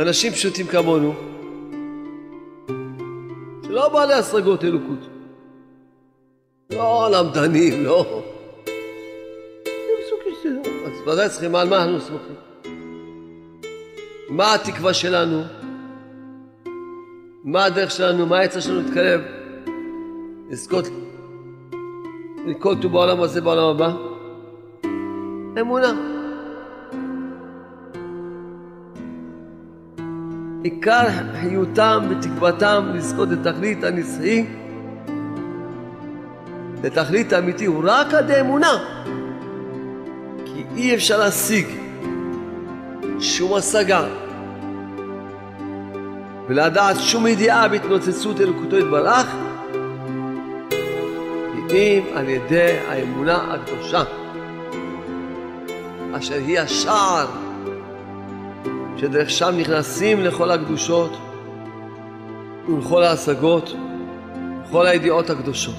אנשים פשוטים כמונו, שלא בעלי השגות אלוקות, לא למדנים, לא. אז ודאי צריכים, על מה אנחנו סמוכים? מה התקווה שלנו? מה הדרך שלנו? מה העצה שלנו להתקרב? לזכות לכל טוב בעולם הזה, בעולם הבא? אמונה. עיקר חיותם ותקוותם לזכות לתכלית הנצחי, לתכלית האמיתי, הוא רק עד האמונה. כי אי אפשר להשיג שום השגה ולדעת שום ידיעה בהתנוצצות אלוקותו יתברך, אם על ידי האמונה הקדושה, אשר היא השער שדרך שם נכנסים לכל הקדושות ולכל ההשגות ולכל הידיעות הקדושות.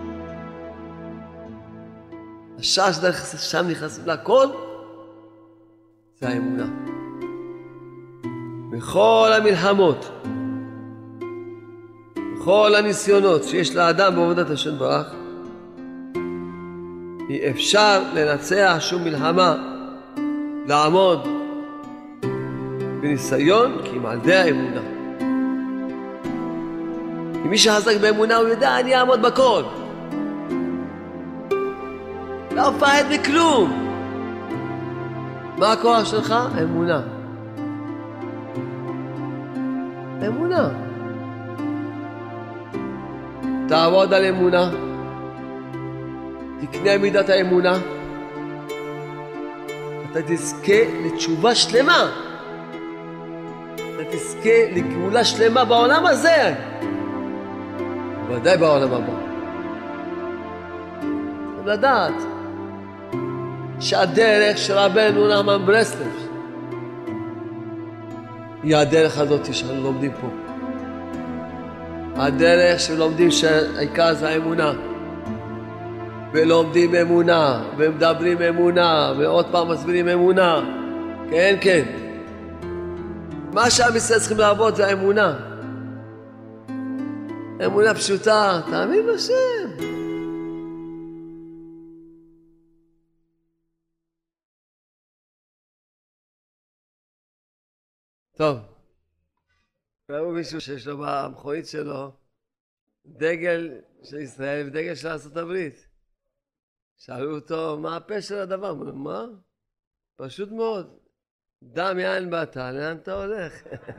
השער שדרך שם נכנסים לכל זה האמונה. בכל המלחמות, בכל הניסיונות שיש לאדם בעבודת השם ברך, אי אפשר לנצח שום מלחמה, לעמוד בניסיון, כי אם על ידי האמונה. כי מי שחזק באמונה הוא יודע, אני אעמוד בכל, לא מפחד מכלום. מה הכוח שלך? אמונה. אמונה. תעבוד על אמונה, תקנה מידת האמונה, אתה תזכה לתשובה שלמה, אתה תזכה לגאולה שלמה בעולם הזה, ודאי בעולם הבא. לדעת שהדרך של רבנו נחמן ברסלב היא הדרך הזאת שאנחנו לומדים פה, הדרך שלומדים שהעיקר זה האמונה, ולומדים אמונה ומדברים אמונה ועוד פעם מסבירים אמונה. כן, כן, מה שעם ישראל צריכים לעבוד זה האמונה, אמונה פשוטה, תאמין בשם. טוב, ראו מישהו שיש לו במכונית שלו דגל של ישראל ודגל של ארצות הברית. שאלו אותו, מה הפשר הדבר? הוא אומר, מה? פשוט מאוד. דם יין באת, לאן אתה הולך?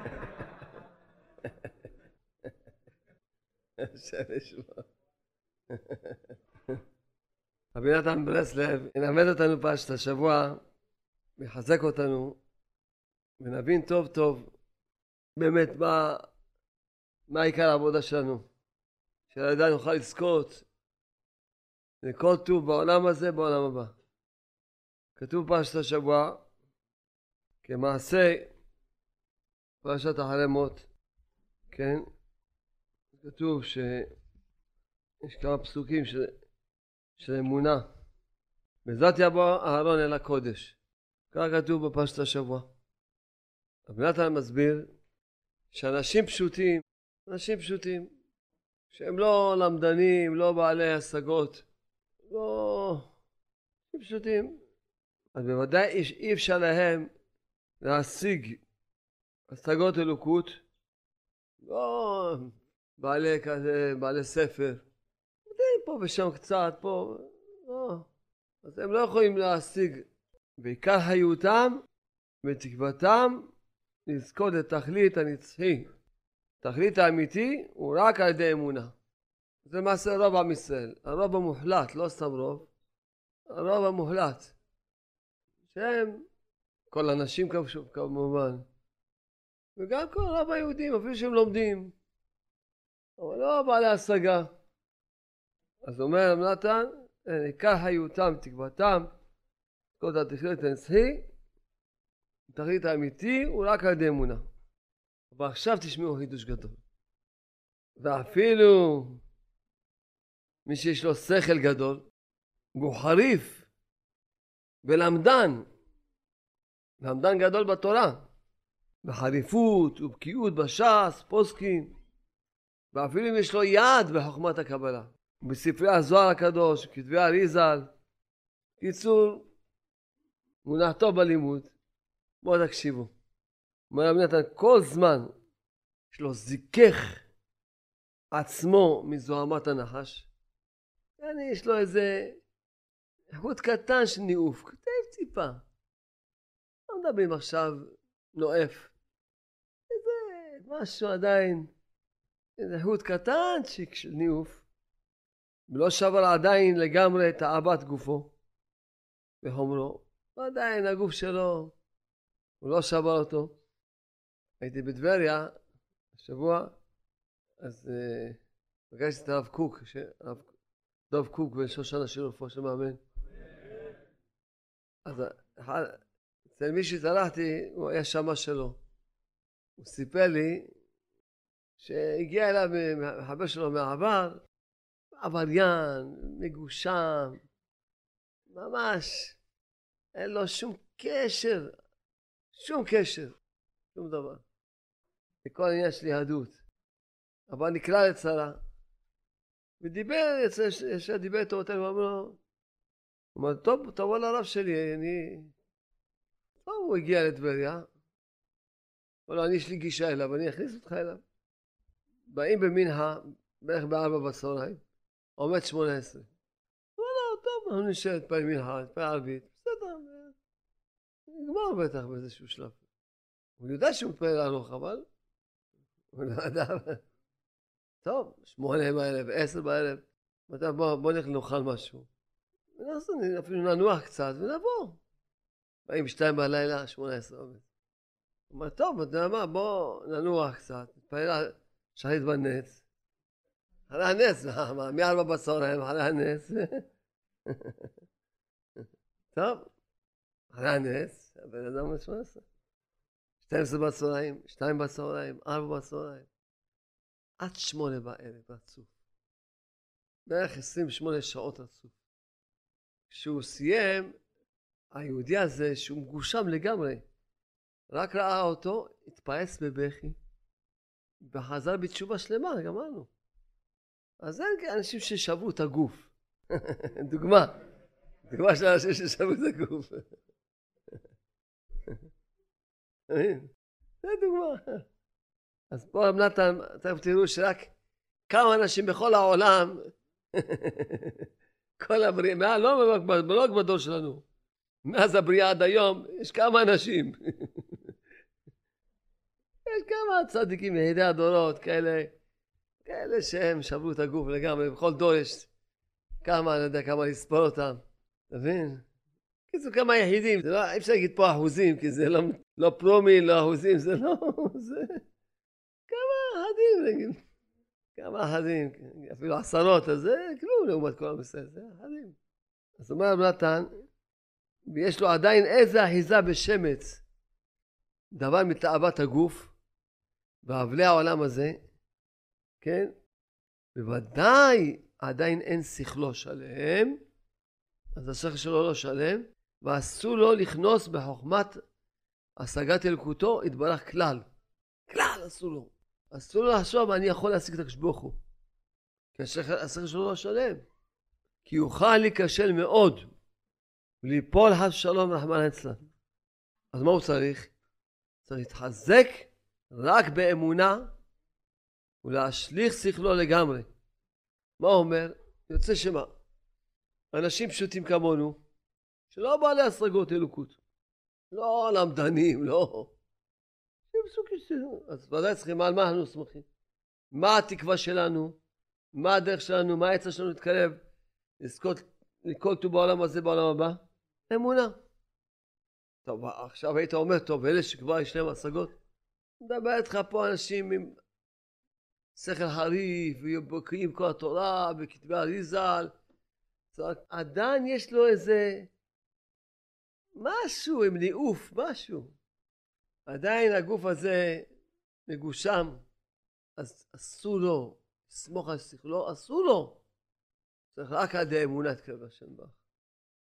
רבי נתן ברסלב ילמד אותנו פשט השבוע, מחזק אותנו, ונבין טוב טוב באמת מה עיקר העבודה שלנו, שלעדיין נוכל לזכות לכל טוב בעולם הזה, בעולם הבא. כתוב פרשת השבוע, כמעשה פרשת אחרי מות, כן? כתוב שיש כמה פסוקים של אמונה. בזאת יבוא אהרון אל הקודש. כך כתוב בפרשת השבוע. רבי נתן מסביר שאנשים פשוטים, אנשים פשוטים, שהם לא למדנים, לא בעלי השגות, לא פשוטים, אז בוודאי אי אפשר להם להשיג השגות אלוקות, לא בעלי כזה, בעלי ספר, פה ושם קצת, פה, לא. אז הם לא יכולים להשיג, בעיקר חיותם ותקוותם לזכות לתכלית הנצחי. תכלית האמיתי הוא רק על ידי אמונה. זה מעשה רוב עם ישראל, הרוב המוחלט, לא סתם רוב, הרוב המוחלט, שהם כל אנשים כמובן, וגם כל רוב היהודים, אפילו שהם לומדים, אבל לא בעלי השגה. אז אומר רבי נתן, עיקר חיותם תקוותם זכות לתכלית הנצחי, התכלית האמיתי הוא רק על ידי אמונה. ועכשיו תשמעו חידוש גדול. ואפילו מי שיש לו שכל גדול, והוא חריף ולמדן, למדן גדול בתורה, בחריפות ובקיאות בש"ס, פוסקין, ואפילו אם יש לו יד בחוכמת הקבלה. בספרי הזוהר הקדוש, כתבי אריז"ל, קיצור, מונח טוב בלימוד. בואו תקשיבו. אומר רבי נתן, כל זמן יש לו זיכך עצמו מזוהמת הנחש, yani יש לו איזה חוט קטן של ניאוף, כתב טיפה. לא מדברים עכשיו נואף. איזה משהו עדיין, איזה חוט קטנצ'יק של ניאוף. ולא שבר עדיין לגמרי את תאוות גופו וחומרו. עדיין הגוף שלו, הוא לא שבר אותו. הייתי בטבריה השבוע, אז פגשתי את הרב קוק, דב קוק בן שושנה של רפואה של מאמן. אז אצל מי שהתהלכתי, הוא היה שמה שלו. הוא סיפר לי שהגיע אליו מחבר שלו מהעבר, עבריין, מגושם, ממש, אין לו שום קשר, שום דבר. לכל העניין של יהדות. אבל נקרא לצרה. ודיבר, דיבר איתו, הוא אמר, טוב, תבוא לרב שלי, טוב, הוא הגיע לטבריה. אמר לו, יש לי גישה אליו, אני אכניס אותך אליו. באים במנחה, בערך ב4 בצהריים, עומד 18. אמר לו, טוב, אנחנו נשאר להתפלל מנחה, להתפלל ערבית, בסדר, נגמר בטח באיזשהו שלב. הוא יודע שהוא מתפלל הלוך, אבל הוא לא ידע. טוב, 8 בערב, 10 בערב, בוא נלך נאכל משהו. אפילו ננוח קצת ונבוא. באים 2 בלילה, 18 עומד. הוא אומר, טוב, אתה יודע מה, בוא ננוח קצת, נתפלל שחרית בנץ. אחרי הנץ, מ4 בצהריים, אחרי הנץ. טוב, אחרי הנץ, הבן אדם עומד 18. 12 בצהריים, 2 בצהריים, 4 בצהריים. עד 8 בערב רצוף. בערך 28 שעות רצוף. כשהוא סיים, היהודי הזה, שהוא מגושם לגמרי, רק ראה אותו, התפעס בבכי, וחזר בתשובה שלמה, גמרנו. אז אין אנשים ששברו את הגוף. דוגמה של אנשים ששברו את הגוף. זה דוגמה. אז פה רב נתן, אתם תראו שרק כמה אנשים בכל העולם, כל הבריאה, לא רק בדור שלנו, מאז הבריאה עד היום, יש כמה אנשים. יש כמה צדיקים מיחידי הדורות, כאלה שהם שברו את הגוף לגמרי, בכל דור יש כמה, אני יודע כמה לספור אותם, תבין? קיצור כמה יחידים, אי אפשר להגיד פה אחוזים, כי זה לא פרומיל, לא אחוזים, זה לא, זה כמה אחדים, אפילו עשרות, אז זה כלום לעומת כל המסעד, זה אחדים. אז אומר רב נתן, ויש לו עדיין איזה אחיזה בשמץ, דבר מתאוות הגוף, ואבלי העולם הזה, כן? בוודאי עדיין אין שכלו שלם, אז השכל שלו לא שלם, ואסור לו לכנוס בחוכמת השגת אלוקותו, יתברך כלל. כלל אסור לו. אסור לו לחשוב, אני יכול להשיג את הקדוש ברוך הוא. כי השכל שלו לא שלם. כי יוכל להיכשל מאוד, וליפול חס שלום רחמנא ליצלן. אז מה הוא צריך? צריך להתחזק רק באמונה, ולהשליך שכלו לגמרי. מה הוא אומר? יוצא שמה? אנשים פשוטים כמונו, שלא בעלי השגות אלוקות. לא למדנים, לא. אז ודאי צריכים, על מה אנחנו סמכים? מה התקווה שלנו? מה הדרך שלנו? מה העצה שלנו להתקרב? לזכות לכל טוב בעולם הזה, בעולם הבא? אמונה. טוב, עכשיו היית אומר, טוב, אלה שכבר יש להם השגות, מדבר איתך פה אנשים עם שכל חריף, ובוקרים כל התורה, וכתבי אריז"ל, עדיין יש לו איזה משהו עם ניאוף, משהו. עדיין הגוף הזה מגושם, אז אסור לו, לסמוך על שכלו, אסור לו. צריך רק עד האמונה תקרב השם בך.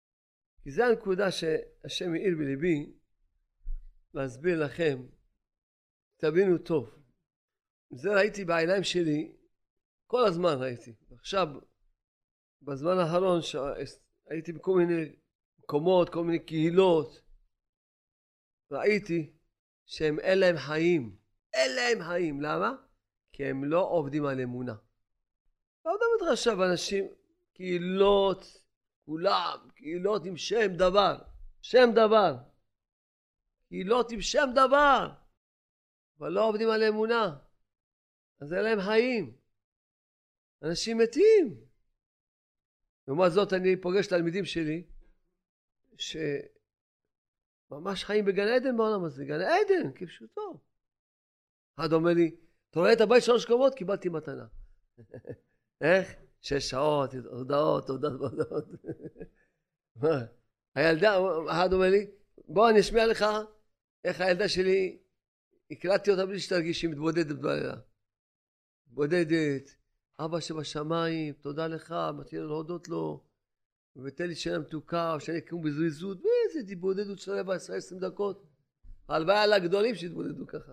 כי זו הנקודה שהשם העיר בליבי, להסביר לכם תבינו טוב. זה ראיתי בעיניים שלי, כל הזמן ראיתי. עכשיו, בזמן האחרון הייתי בכל מיני מקומות, כל מיני קהילות, ראיתי שהם אין להם חיים. אין להם חיים. למה? כי הם לא עובדים על אמונה. לא מדבר עכשיו אנשים, קהילות, כולם, קהילות עם שם דבר. שם דבר. קהילות עם שם דבר. אבל לא עובדים על אמונה. אז אין להם חיים. אנשים מתים. לעומת זאת אני פוגש תלמידים שלי שממש חיים בגן עדן בעולם הזה. גן עדן, כפשוטו. אחד אומר לי, אתה רואה את הבית 3 קומות? קיבלתי מתנה. איך? 6 שעות, הודעות. הילדה, אחד אומר לי, בוא אני אשמיע לך איך הילדה שלי, הקלטתי אותה בלי שתרגיש שהיא מתבודדת בלילה. מתבודדת. אבא שבשמיים, תודה לך, מתחיל להודות לו, ותן לי שינה מתוקה, שאני אקום בזריזות, ואיזה תתבודדות של 14-20 דקות. הלוואי על הגדולים שהתבודדו ככה.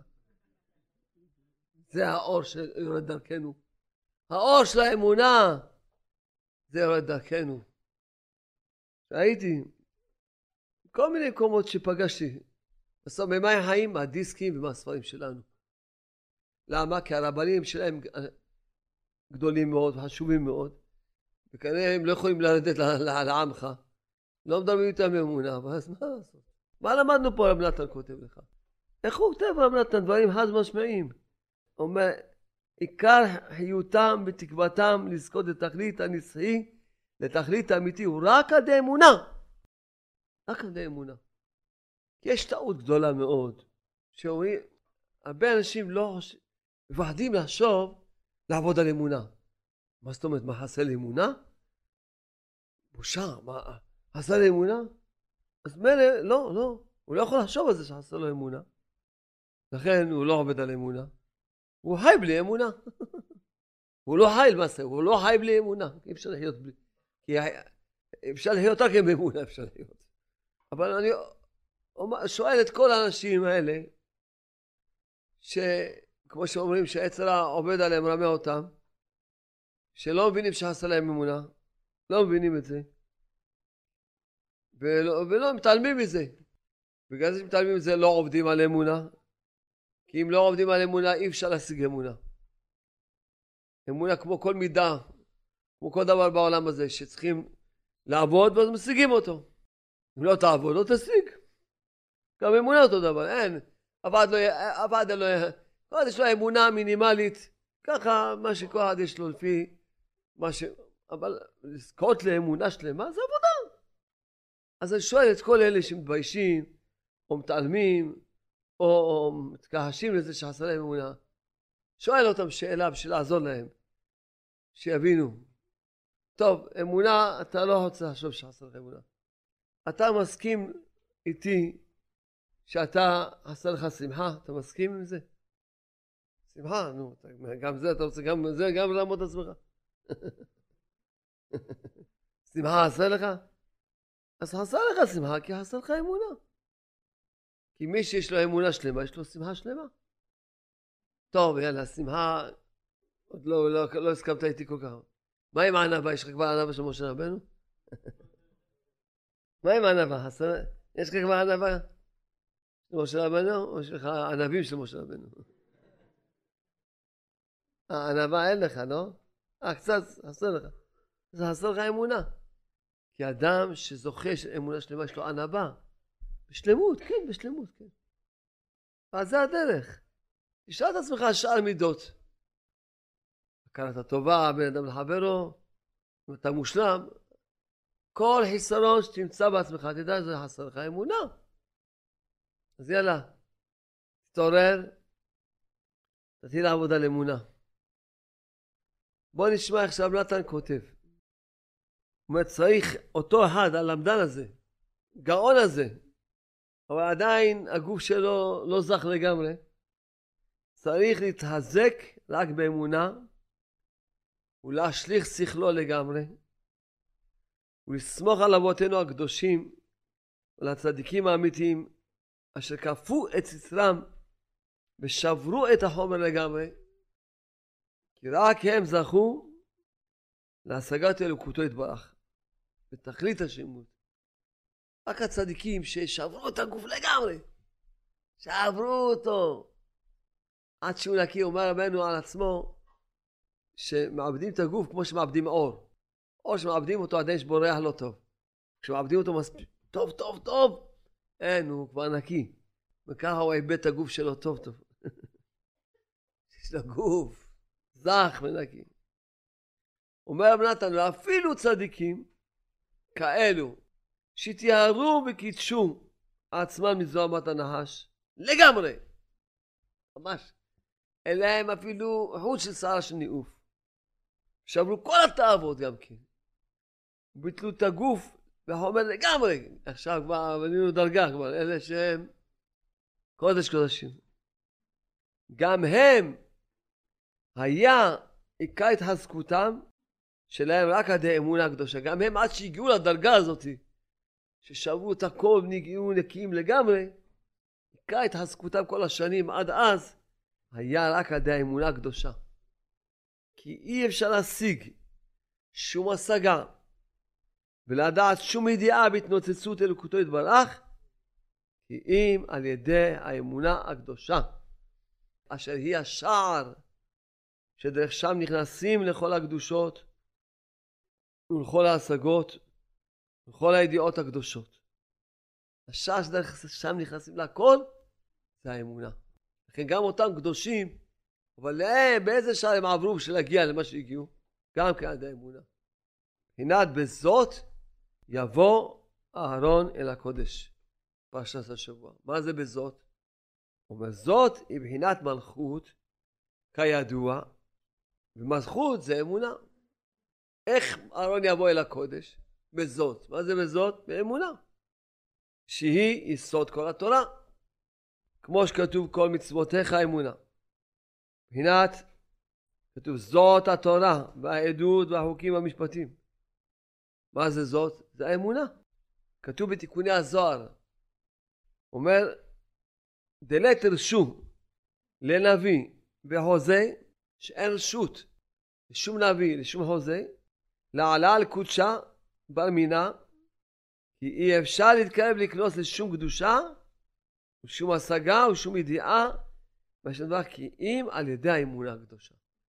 זה האור שיורד דרכנו. האור של האמונה, זה יורד דרכנו. ראיתי כל מיני מקומות שפגשתי, בסוף במה הם חיים? מהדיסקים ומהספרים שלנו. למה? כי הרבנים שלהם גדולים מאוד וחשובים מאוד, וכנראה הם לא יכולים לרדת לעמך, לא מדברים איתם אמונה, אבל אז מה לעשות? מה למדנו פה? רב נתן כותב לך. איך הוא כותב רב נתן? דברים חד משמעיים. הוא אומר, עיקר חיותם ותקוותם לזכות לתכלית הנצחי, לתכלית האמיתי, הוא רק עד האמונה. רק עד האמונה. כי יש טעות גדולה מאוד, שאומרים, הרבה אנשים לא מפחדים לחשוב לעבוד על אמונה. מה זאת אומרת? מה חסר לאמונה? בושה, מה חסר לאמונה? אז מילא, לא, הוא לא יכול לחשוב על זה שחסר לו אמונה. לכן הוא לא עובד על אמונה. הוא חי בלי אמונה. הוא לא חי למעשה, הוא לא חי בלי אמונה. אי אפשר לחיות בלי. כי אפשר לחיות רק עם אמונה, אפשר לחיות. אבל אני שואל את כל האנשים האלה, שכמו שאומרים שהעץ הרע עובד עליהם, רמא אותם, שלא מבינים שחסר להם אמונה, לא מבינים את זה, ולא מתעלמים מזה. בגלל זה שמתעלמים מזה לא עובדים על אמונה, כי אם לא עובדים על אמונה אי אפשר להשיג אמונה. אמונה כמו כל מידה, כמו כל דבר בעולם הזה, שצריכים לעבוד ואז משיגים אותו. אם לא תעבוד לא תשיג. גם אמונה אותו דבר, אין. עבד לא יהיה. כל אחד יש לו אמונה מינימלית, ככה מה שכל אחד יש לו לפי מה ש... אבל לזכות לאמונה שלמה זה עבודה. אז אני שואל את כל אלה שמתביישים, או מתעלמים, או מתכחשים לזה שחסר להם אמונה. שואל אותם שאלה בשביל לעזור להם, שיבינו. טוב, אמונה, אתה לא רוצה לחשוב שחסר לך אמונה. אתה מסכים איתי שאתה חסר לך שמחה? אתה מסכים עם זה? שמחה, נו, גם זה אתה רוצה, גם זה, גם לעמוד עצמך. שמחה חסר לך? אז חסר לך שמחה כי חסר לך אמונה. כי מי שיש לו אמונה שלמה, יש לו שמחה שלמה. טוב, יאללה, שמחה, עוד לא הסכמת איתי כל כך. מה עם הענבה? יש לך כבר ענבה של משה רבנו? מה עם הענבה? יש לך כבר ענבה של משה רבנו? או יש לך ענבים של משה רבנו? הענבה אין לך, לא? קצת חסר לך. זה חסר לך אמונה. כי אדם שזוכה אמונה שלמה יש לו ענבה. בשלמות, כן, בשלמות, כן. אז זה הדרך. תשאל את עצמך שאר מידות. הכרת הטובה, בין אדם לחברו, אם אתה מושלם, כל חיסרון שתמצא בעצמך, תדע שזה חסר לך אמונה. אז יאללה, תתעורר, תתחיל לעבוד על אמונה. בוא נשמע איך שרב נתן כותב. הוא אומר, צריך אותו אחד, הלמדן הזה, גאון הזה, אבל עדיין הגוף שלו לא זך לגמרי, צריך להתחזק רק באמונה, ולהשליך שכלו לגמרי, ולסמוך על אבותינו הקדושים, ולצדיקים האמיתיים, אשר כפו את יצרם ושברו את החומר לגמרי, כי רק הם זכו להשגת אלוקותו יתברך, בתכלית השלמות. רק הצדיקים ששברו את הגוף לגמרי, שברו אותו, עד שהוא נקי. אומר רבנו על עצמו, שמעבדים את הגוף כמו שמעבדים אור. או שמעבדים אותו עדיין שבו ריח לא טוב. כשמעבדים אותו מספיק טוב טוב טוב, אין, הוא כבר נקי. וככה הוא איבד את הגוף שלו טוב טוב. יש לו גוף זך ונקי. אומר רב נתן, ואפילו צדיקים כאלו שתיארו וקידשו עצמם מזוהמת הנחש לגמרי, ממש, אין להם אפילו חוט של שערה של ניאוף, שברו כל התאוות גם כן, ביטלו את הגוף והחומר לגמרי. עכשיו כבר בנינו דרגה, כבר אלה שהם קודש קודשים, גם הם היה עיקר התחזקותם שלהם רק עד האמונה הקדושה. גם הם עד שהגיעו לדרגה הזאת ששברו את הכל ונגיעו נקיים לגמרי, עיקר התחזקותם כל השנים עד אז היה רק עד האמונה הקדושה. כי אי אפשר להשיג שום השגה ולדעת שום ידיעה בהתנוצצות אלוקותו יתברך, כי אם על ידי האמונה הקדושה, אשר היא השער שדרך שם נכנסים לכל הקדושות ולכל ההשגות ולכל הידיעות הקדושות. השער שדרך שם נכנסים לכל זה האמונה. לכן גם אותם קדושים, אבל להם באיזה שער הם עברו בשביל להגיע למה שהגיעו? גם כן עד האמונה. מבחינת בזאת יבוא אהרון אל הקודש. פרשת השבוע. מה זה בזאת? אומר זאת היא בחינת מלכות כידוע, ומלכות זה אמונה. איך אהרון יבוא אל הקודש? בזאת. מה זה בזאת? באמונה. שהיא יסוד כל התורה. כמו שכתוב כל מצוותיך אמונה. בחינת כתוב זאת התורה והעדות והחוקים והמשפטים. מה זה זאת? זה האמונה. כתוב בתיקוני הזוהר. אומר דלת רשום לנביא וחוזה, שאין רשות לשום נביא לשום חוזה לעלה על קודשה בר מינה, כי אי אפשר להתקרב לקנוס לשום קדושה ושום השגה ושום ידיעה בשביל דבר, כי אם על ידי האמונה הקדושה.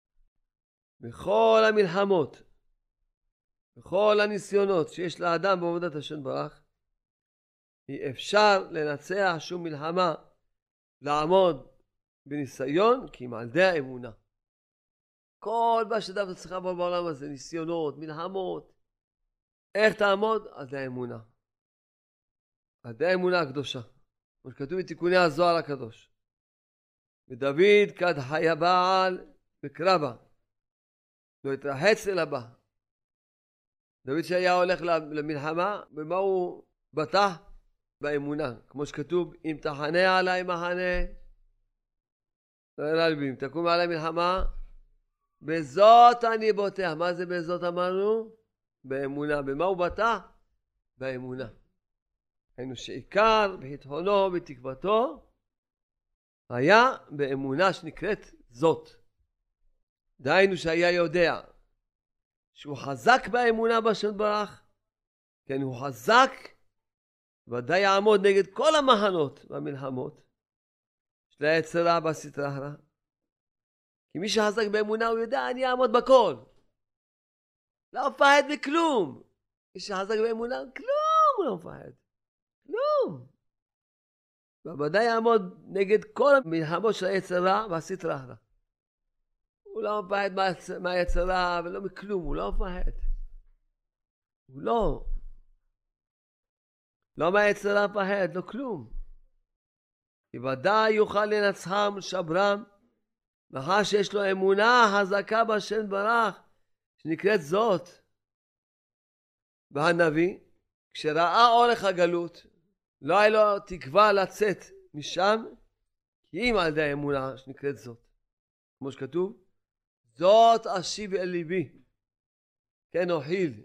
בכל המלחמות, בכל הניסיונות שיש לאדם בעבודת השם ברך, אי אפשר לנצח שום מלחמה, לעמוד בניסיון, כי אם על ידי האמונה. כל מה שאדם צריך לעבור בעולם הזה, ניסיונות, מלחמות, איך תעמוד? על ידי האמונה. על ידי האמונה הקדושה. כמו שכתוב בתיקוני הזוהר הקדוש. ודוד כד חיה בעל בקרבה, לא התרחץ אל הבא. דוד שהיה הולך למלחמה, במה הוא בטח? באמונה. כמו שכתוב, אם תחנה עליי מחנה, לא ילבים, תקום עליי מלחמה, בזאת אני בוטח. מה זה בזאת אמרנו? באמונה. במה הוא בטח? באמונה. היינו שעיקר בחיתונו בתקוותו היה באמונה שנקראת זאת. דהיינו שהיה יודע שהוא חזק באמונה בשם יתברך, כן, הוא חזק, ודאי יעמוד נגד כל המחנות והמלחמות של היצר רע והסטרא אחרא. כי מי שחזק באמונה הוא יודע, אני אעמוד בכל, לא מפחד מכלום. מי שחזק באמונה, כלום הוא לא מפחד, כלום. ובוודאי יעמוד נגד כל המלחמות של היצר רע והסטרא אחרא. הוא לא מפחד מהיצר רע ולא מכלום, הוא לא מפחד. הוא לא. לא מהיצר רע מפחד, לא כלום. כי ודאי יוכל לנצחם ולשברם, מאחר שיש לו אמונה חזקה בשם יתברך, שנקראת זאת. והנביא, כשראה אורך הגלות, לא היה לו תקווה לצאת משם, כי אם על ידי האמונה שנקראת זאת. כמו שכתוב, זאת אשיב אל ליבי, כן אוכיל.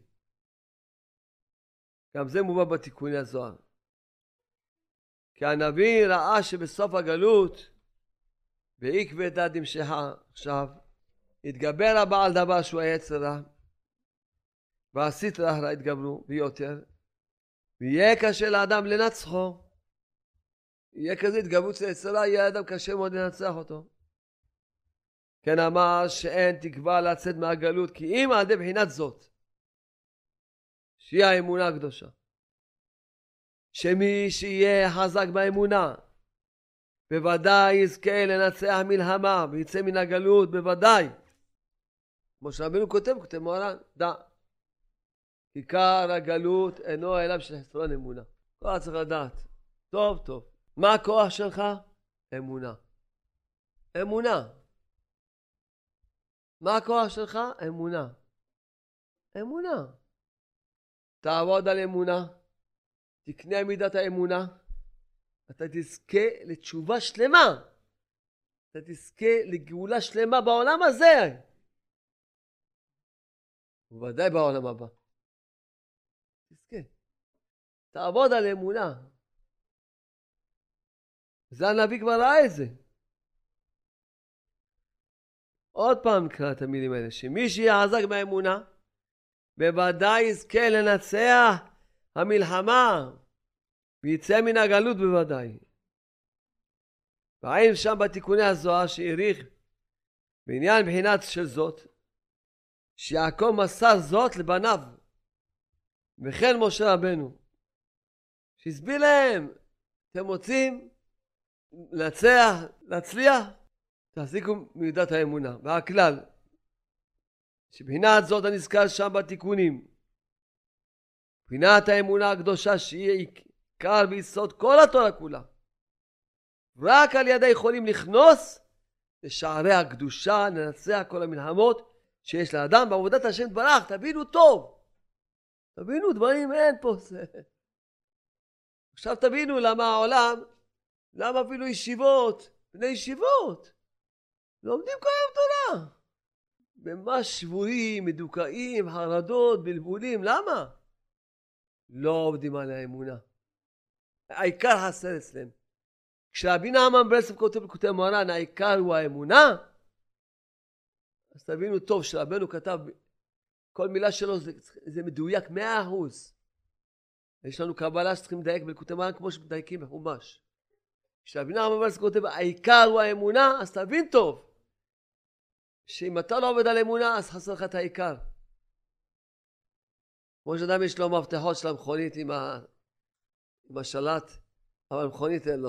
גם זה מובא בתיקוני הזוהר. כי הנביא ראה שבסוף הגלות והיא כבדה דמשכה. עכשיו, התגבר הבעל דבר שהוא היצר רע, והסטרא אחרא התגברו ביותר, ויהיה קשה לאדם לנצחו. יהיה כזה התגברות של יצר רע, יהיה אדם קשה מאוד לנצח אותו. כן אמר שאין תקווה לצאת מהגלות, כי אם על ידי בחינת זאת, שהיא האמונה הקדושה, שמי שיהיה חזק באמונה, בוודאי יזכה לנצח מלחמה, ויצא מן הגלות בוודאי. כמו שרבנו כותב מוהר"ן, דע. עיקר הגלות אינו אלא של חסרון אמונה. כל צריך לדעת. טוב טוב. מה הכוח שלך? אמונה. אמונה. מה הכוח שלך? אמונה. אמונה. תעבוד על אמונה. תקנה מידת האמונה. אתה תזכה לתשובה שלמה. אתה תזכה לגאולה שלמה בעולם הזה. ובוודאי בעולם הבא. תזכה. תעבוד על אמונה. זה הנביא כבר ראה את זה. עוד פעם נקרא את המילים האלה. שמי שיהיה חזק באמונה, בוודאי יזכה לנצח המלחמה. ויצא מן הגלות בוודאי. והיינו שם בתיקוני הזוהר שהעריך בעניין בחינת של זאת, שיעקב מסר זאת לבניו, וכן משה רבנו, שהסביר להם, אתם רוצים לנצח, להצליח, תחזיקו מידת האמונה. והכלל, שבחינת זאת הנזכר שם בתיקונים, בחינת האמונה הקדושה שהיא עיקר ויסוד כל התורה כולה, רק על ידי יכולים לכנוס לשערי הקדושה, לנצח כל המלחמות שיש לאדם בעבודת השם יתברך. תבינו טוב, תבינו דברים אין פה. עכשיו תבינו למה העולם, למה אפילו ישיבות, בני ישיבות לומדים כל יום תורה ממש שבויים, מדוכאים, חרדות, בלבולים. למה? לא עובדים על האמונה. העיקר חסר אצלם. כשרבי נחמן מברסלב כותב בכותב מוהר"ן, העיקר הוא האמונה, אז תבינו טוב שרבנו כתב, כל מילה שלו זה מדויק 100%. יש לנו קבלה שצריכים לדייק בכותב מוהר"ן כמו שמדייקים בחומש. כשרבי נחמן מברסלב כותב, העיקר הוא האמונה, אז תבין טוב, שאם אתה לא עובד על אמונה, אז חסר לך את העיקר. כמו שאדם יש לו מפתחות של המכונית עם השלט, אבל מכונית אין לו.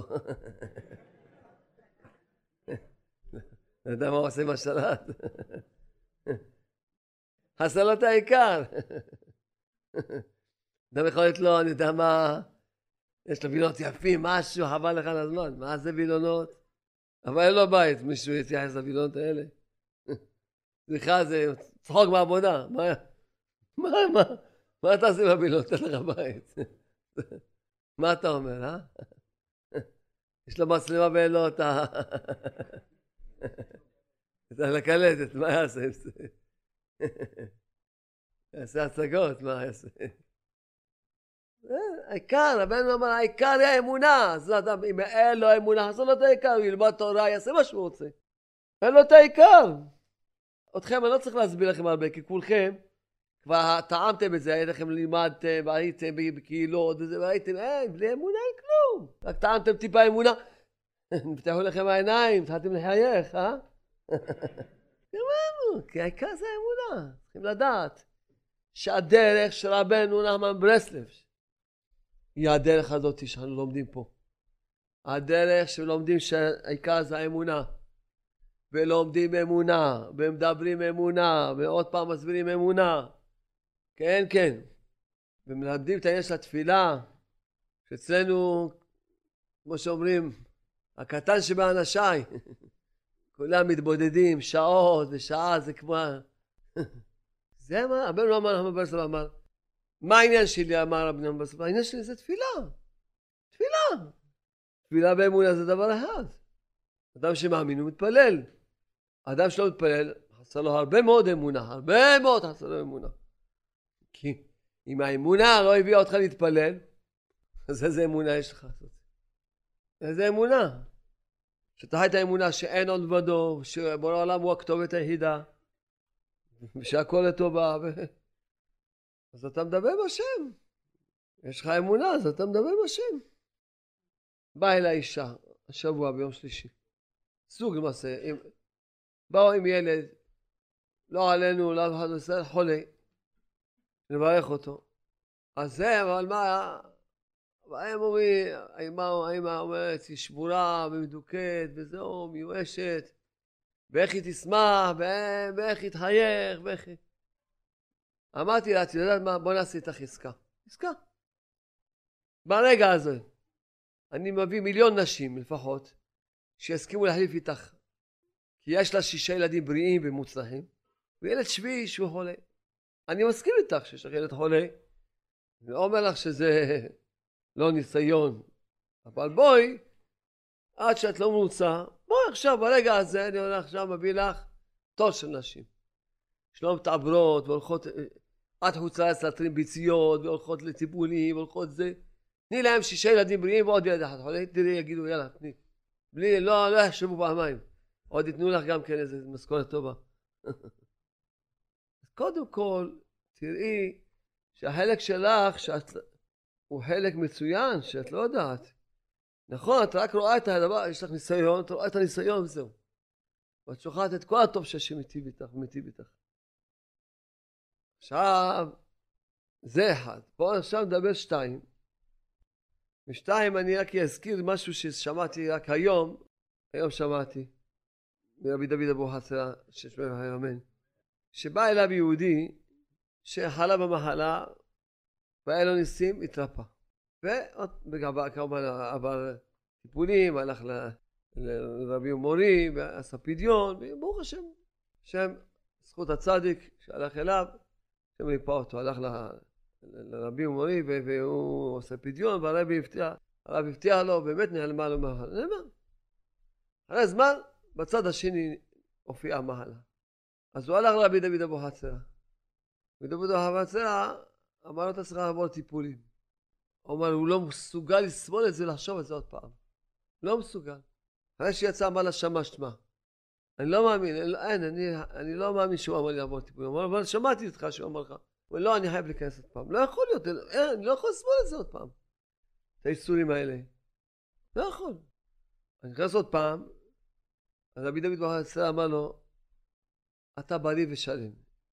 אתה יודע מה הוא עושה עם השלט? חסר לו את העיקר. אדם יכול להיות לו, אני יודע מה, יש לו וילונות יפים, משהו, חבל לך על הזמן. מה זה וילונות? אבל אין לו בית, מישהו יתייחס לווילונות האלה. סליחה, זה צחוק בעבודה. מה אתה עושה בווילונות? אין לך בית. מה אתה אומר, אה? יש לו מצלמה ואין לו אותה. אתה לקלטת, מה יעשה? יעשה הצגות, מה יעשה? העיקר, רבנו אמר, העיקר היא האמונה. אז אדם, אם אין לו אמונה, עשו לו את העיקר, הוא ילמד תורה, יעשה מה שהוא רוצה. אין לו את העיקר. אתכם, אני לא צריך להסביר לכם הרבה, כי כולכם כבר טעמתם את זה, הייתם לימדתם, והייתם בקהילות וזה, והייתם, אין, בלי אמונה אין כלום. רק טעמתם טיפה אמונה, נפתחו לכם העיניים, התחלתם לחייך, אה? גמרנו, כי העיקר זה האמונה. צריכים לדעת שהדרך של רבנו נחמן ברסלב היא הדרך הזאת שאנחנו לומדים פה. הדרך שלומדים שהעיקר זה האמונה. ולומדים אמונה, ומדברים אמונה, ועוד פעם מסבירים אמונה. כן, כן. ומלמדים את העניין של התפילה, שאצלנו, כמו שאומרים, הקטן שבאנשיי, כולם מתבודדים, שעות ושעה, זה כמו... זה מה, רבנו נחמן ברסלב אמר. מה העניין שלי, אמר רבנו נחמן ברסלב? העניין שלי זה תפילה. תפילה. תפילה באמונה זה דבר אחד. אדם שמאמין הוא מתפלל. אדם שלא מתפלל, חסר לו הרבה מאוד אמונה, הרבה מאוד חסר לו אמונה. כי אם האמונה לא הביאה אותך להתפלל, אז איזה אמונה יש לך? איזה אמונה? שאתה חי את האמונה שאין עוד לבדו, שבורא העולם הוא הכתובת היחידה, ושהכל לטובה, אז אתה מדבר בשם. יש לך אמונה, אז אתה מדבר בשם. באה אל האישה, השבוע ביום שלישי. סוג למעשה, באו עם ילד, לא עלינו, לא אחד ישראל, חולה. נברך אותו. אז זה, אבל מה, הם אומרים, האמא אומרת, היא שבורה ומדוכאת, וזהו, מיואשת, ואיך היא תשמח, ואיך היא תחייך, ואיך היא... אמרתי לה, את יודעת מה, בוא נעשה איתך עסקה. עסקה. ברגע הזה, אני מביא 1,000,000 נשים לפחות, שיסכימו להחליף איתך. כי יש לה 6 ילדים בריאים ומוצלחים, וילד שביעי שהוא חולה. אני מסכים איתך שיש לך ילד חולה, אני לא אומר לך שזה לא ניסיון, אבל בואי, עד שאת לא מרוצה, בואי עכשיו ברגע הזה, אני הולך עכשיו מביא לך תור של נשים. שלא מתעברות והולכות עד חוץ לארץ להתרים ביציות, והולכות לטיפולים, והולכות זה. תני להם 6 ילדים בריאים ועוד ילד אחד חולה, תראי, יגידו יאללה, תני. בלי, לא יחשבו פעמיים. עוד יתנו לך גם כן איזה משכורת טובה. קודם כל, תראי שהחלק שלך הוא חלק מצוין, שאת לא יודעת. נכון, את רק רואה את הדבר, יש לך ניסיון, את רואה את הניסיון וזהו. ואת שוכחת את כל הטוב שהשם מיטיב איתך ומיטיב איתך. עכשיו, זה אחד. פה עכשיו נדבר 2. ו2 אני רק אזכיר משהו ששמעתי רק היום שמעתי, מרבי דוד אבוחצירא, ששמע וחי אמן, שבא אליו יהודי שחלה במחלה, והיה לו ניסים, התרפא. וכמובן עבר טיפולים, הלך לרבי ומורי, ועשה פדיון, וברוך השם, שם זכות הצדיק שהלך אליו, שם ריפא אותו, הלך לרבי ומורי, והוא עושה פדיון, והרבי הבטיח לו, באמת נעלמה לו מחלה. נעלמה. אחרי זמן, בצד השני הופיעה מחלה. אז הוא הלך לרבי דוד אבוחצירא. ודוד אבוחצירא אמר לו, אתה צריך לעבור טיפולים. הוא אומר, הוא לא מסוגל לסבול את זה, לחשוב את זה עוד פעם. לא מסוגל. אחרי שיצא אמר לה שמע שמה. אני לא מאמין, אני לא מאמין שהוא אמר לי לעבור טיפולים. הוא אומר, אבל שמעתי אותך שהוא אמר לך. הוא אומר, לא, אני חייב להיכנס עוד פעם. לא יכול להיות, אני לא יכול לסבול את זה עוד פעם. את האיסורים האלה. לא יכול. אני נכנס עוד פעם, אז רבי דוד אבוחצירא אמר לו, אתה בריא ושלם.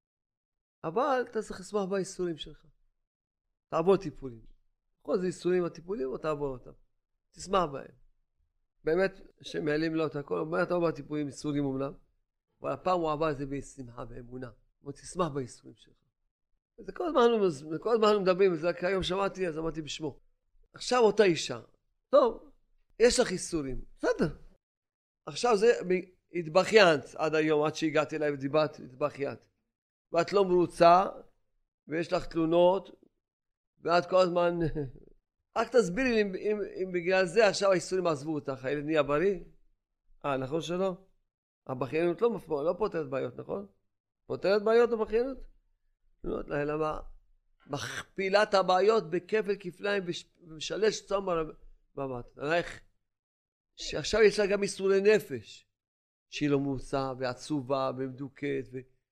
אבל אתה צריך לשמוח באיסורים שלך. תעבור טיפולים. כל זה איסורים הטיפולים או תעבור אותם. תשמח בהם. באמת שמעלים לו את הכל, הוא אומר, אתה עובר טיפולים, איסורים אומנם, אבל הפעם הוא עבר את זה בשמחה, באמונה. הוא אומר, תשמח באיסורים שלך. וזה כל הזמן אנחנו מדברים, וזה רק היום שמעתי, אז אמרתי בשמו. עכשיו אותה אישה. טוב, יש לך איסורים. בסדר. עכשיו זה התבחיינת עד היום, עד שהגעתי אליי ודיברת, התבחיינת. ואת לא מרוצה, ויש לך תלונות, ואת כל הזמן... רק תסבירי לי אם בגלל זה עכשיו האיסורים עזבו אותך, הילד נהיה בריא? נכון שלא? הבכיינות לא פותרת בעיות, נכון? פותרת בעיות הבכיינות? לא, למה? מכפילה את הבעיות בכפל כפליים ומשלש צומר במט. איך? שעכשיו יש לה גם איסורי נפש, שהיא לא מרוצה ועצובה ומדוכאת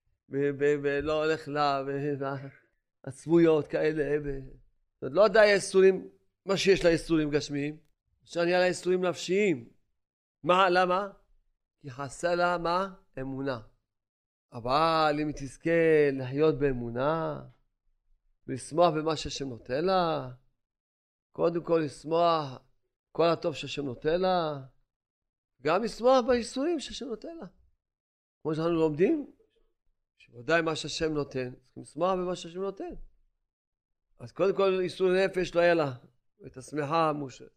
ולא הולך לה ועצבויות כאלה זאת לא די איסורים, מה שיש לה איסורים גשמיים, עכשיו נהיה לה איסורים נפשיים. מה? למה? כי חסר לה מה? אמונה. אבל אם היא תזכה לחיות באמונה ולשמוח במה שהשם נותן לה, קודם כל לשמוח כל הטוב שהשם נותן לה, גם לשמוח באיסורים שהשם נותן לה. כמו שאנחנו לומדים, שוודאי מה שהשם נותן, צריכים לשמוח במה שהשם נותן. אז קודם כל איסור נפש לא היה לה, ואת השמחה המושרת.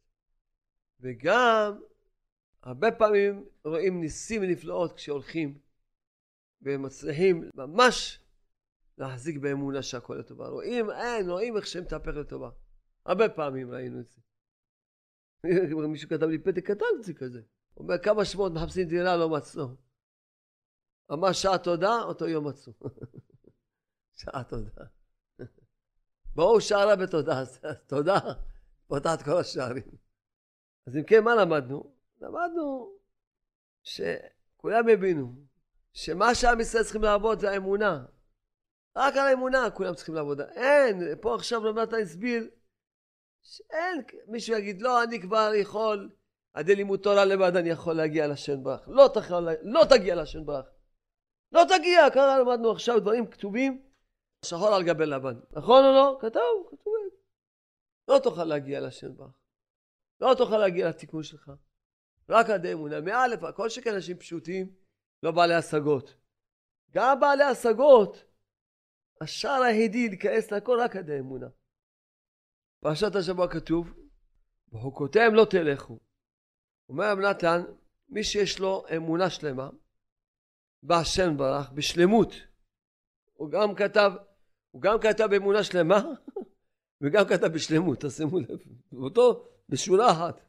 וגם הרבה פעמים רואים ניסים ונפלאות כשהולכים ומצליחים ממש להחזיק באמונה שהכל לטובה. רואים איך שהם תהפך לטובה. הרבה פעמים ראינו את זה. מישהו כתב לי פתק קטן זה כזה. הוא אומר כמה שבועות מחפשים דירה לא מצאו. אמר שעה תודה, אותו יום מצאו. שעה תודה. ברור שערה בתודה, תודה, פותחת כל השערים. אז אם כן, מה למדנו? למדנו שכולם הבינו שמה שעם ישראל צריכים לעבוד זה האמונה. רק על האמונה כולם צריכים לעבוד. אין, פה עכשיו רב נתן הסביר שאין, מישהו יגיד לא, אני כבר יכול, עד לימוד תורה לבד אני יכול להגיע לשם ברך. לא תגיע לשם ברך. לא תגיע, ככה למדנו עכשיו דברים כתובים שחור על גבי לבן. נכון או לא? כתוב. לא תוכל להגיע לשם ברך. לא תוכל להגיע לתיקון שלך. רק עד האמונה. מאלף, כל שכן אנשים פשוטים, לא בעלי השגות. גם בעלי השגות, השער היחידי להיכנס לכל רק עד האמונה. פרשת השבוע כתוב, בחוקותיהם לא תלכו. אומר רב נתן, מי שיש לו אמונה שלמה, בהשם ברך, בשלמות. הוא גם כתב באמונה שלמה, וגם כתב בשלמות, תשימו לב. אותו בשורה אחת.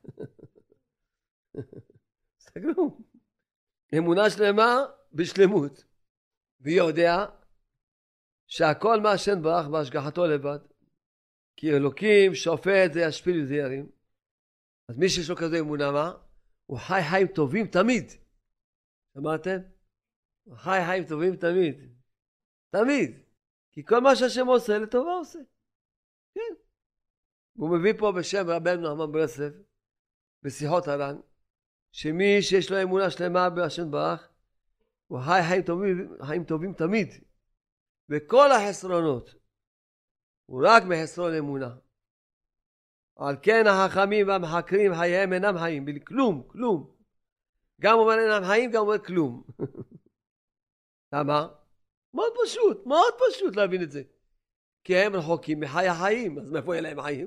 סגרו. אמונה שלמה בשלמות. ויודע שהכל מהשם ברך בהשגחתו לבד. כי אלוקים שופט זה ישפיל וזה ירים. אז מי שיש לו כזו אמונה מה? הוא חי חיים טובים תמיד. שמעתם? הוא חי חיים טובים תמיד. תמיד. כי כל מה שהשם עושה לטובה עושה. כן. הוא מביא פה בשם רבנו נחמן ברסלב בשיחות הר"ן, שמי שיש לו אמונה שלמה בהשם ברך, הוא חי חיים טובים תמיד. וכל החסרונות הוא רק מחסרון אמונה. על כן החכמים והמחקרים חייהם אינם חיים, בלי כלום. גם אומר אינם חיים, גם אומר כלום. למה? מאוד פשוט להבין את זה. כי הם רחוקים מחיי החיים, אז מאיפה יהיה להם חיים?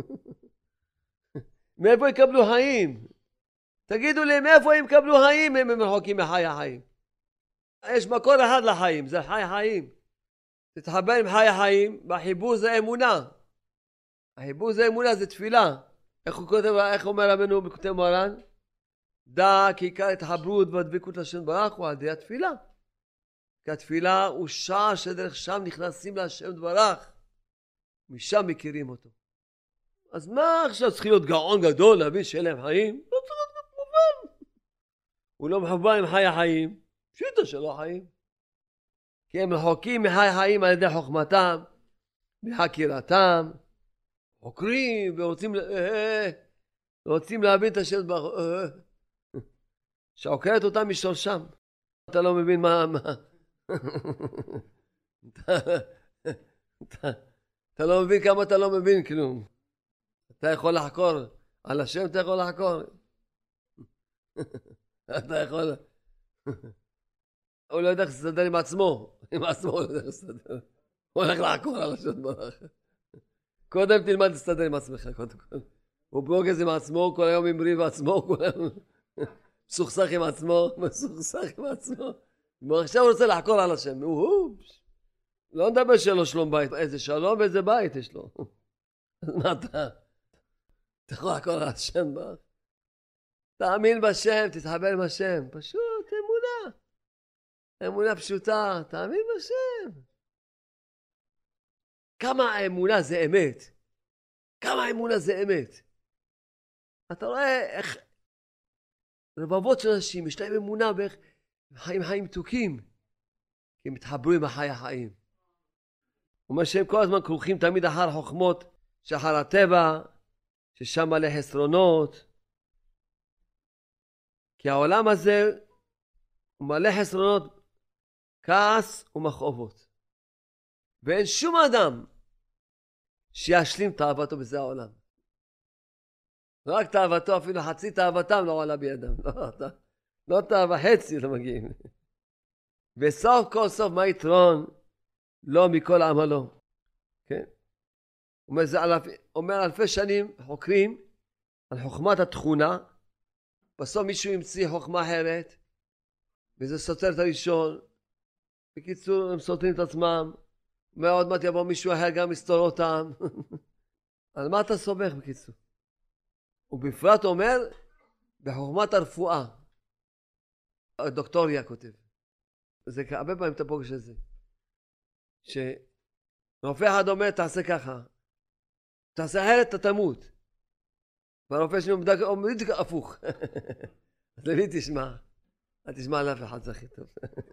מאיפה יקבלו חיים? תגידו לי, מאיפה הם יקבלו חיים אם הם רחוקים מחיי החיים? יש מקור אחד לחיים, זה חי חיים. תתחבר עם חי החיים, והחיבור זה אמונה. החיבור זה אמונה, זה תפילה. איך אומר רבנו בכותב מוהר"ן? דע כי עיקר התחברות והדבקות לשם ברך הוא על ידי התפילה. כי התפילה הוא שער שדרך שם נכנסים להשם דברך. משם מכירים אותו. אז מה עכשיו צריך להיות גאון גדול להבין שאין להם חיים? לא צריך להיות מובן. הוא לא מחובר עם חי החיים. פשיטה שלא חיים. כי הם רחוקים מחי חיים על ידי חוכמתם, בחקירתם, חוקרים ורוצים להבין את השם ברך. שעוקרת אותם משורשם. אתה לא מבין מה... אתה לא מבין כמה אתה לא מבין כלום. אתה יכול לחקור על השם, אתה יכול לחקור. אתה יכול... הוא לא יודע איך לסדר עם עצמו. הוא לא יודע איך לסדר. הוא הולך לעקור על השם ברך. קודם תלמד לסדר עם עצמך, קודם כל. הוא ברוגז עם עצמו, כל היום עם ריב עצמו, כל היום מסוכסך עם עצמו. ועכשיו הוא רוצה לעקור על השם. לא נדבר שלו שלום בית. איזה שלום ואיזה בית יש לו. מה אתה יכול לעקור על השם ברך? תאמין בשם, תתחבר עם השם. פשוט אמונה. אמונה פשוטה, תאמין בשם. כמה האמונה זה אמת. כמה האמונה זה אמת. אתה רואה איך רבבות של אנשים יש להם אמונה באיך חיים מתוקים. כי הם מתחברו עם החי החיים. הוא אומר שהם כל הזמן כרוכים תמיד אחר חוכמות שאחר הטבע, ששם מלא חסרונות. כי העולם הזה הוא מלא חסרונות, כעס ומכאובות. ואין שום אדם שישלים תאוותו בזה העולם. רק תאוותו, אפילו חצי תאוותם לא עולה בידם. לא תאווה, חצי לא מגיעים. וסוף כל סוף מה יתרון? לא מכל עמלו. כן? אומר אלפי שנים חוקרים על חוכמת התכונה, בסוף מישהו ימציא חוכמה אחרת, וזה סותר את הראשון. בקיצור, הם סותרים את עצמם, ועוד מעט יבוא מישהו אחר גם יסתור אותם. על מה אתה סומך בקיצור? ובפרט אומר, בחוכמת הרפואה. דוקטוריה כותב. זה הרבה פעמים אתה פוגש את זה. שרופא אחד אומר, תעשה ככה. תעשה אחרת, אתה תמות. והרופא שני אומר הפוך. אז למי תשמע? אל תשמע לאף אחד, זה הכי טוב.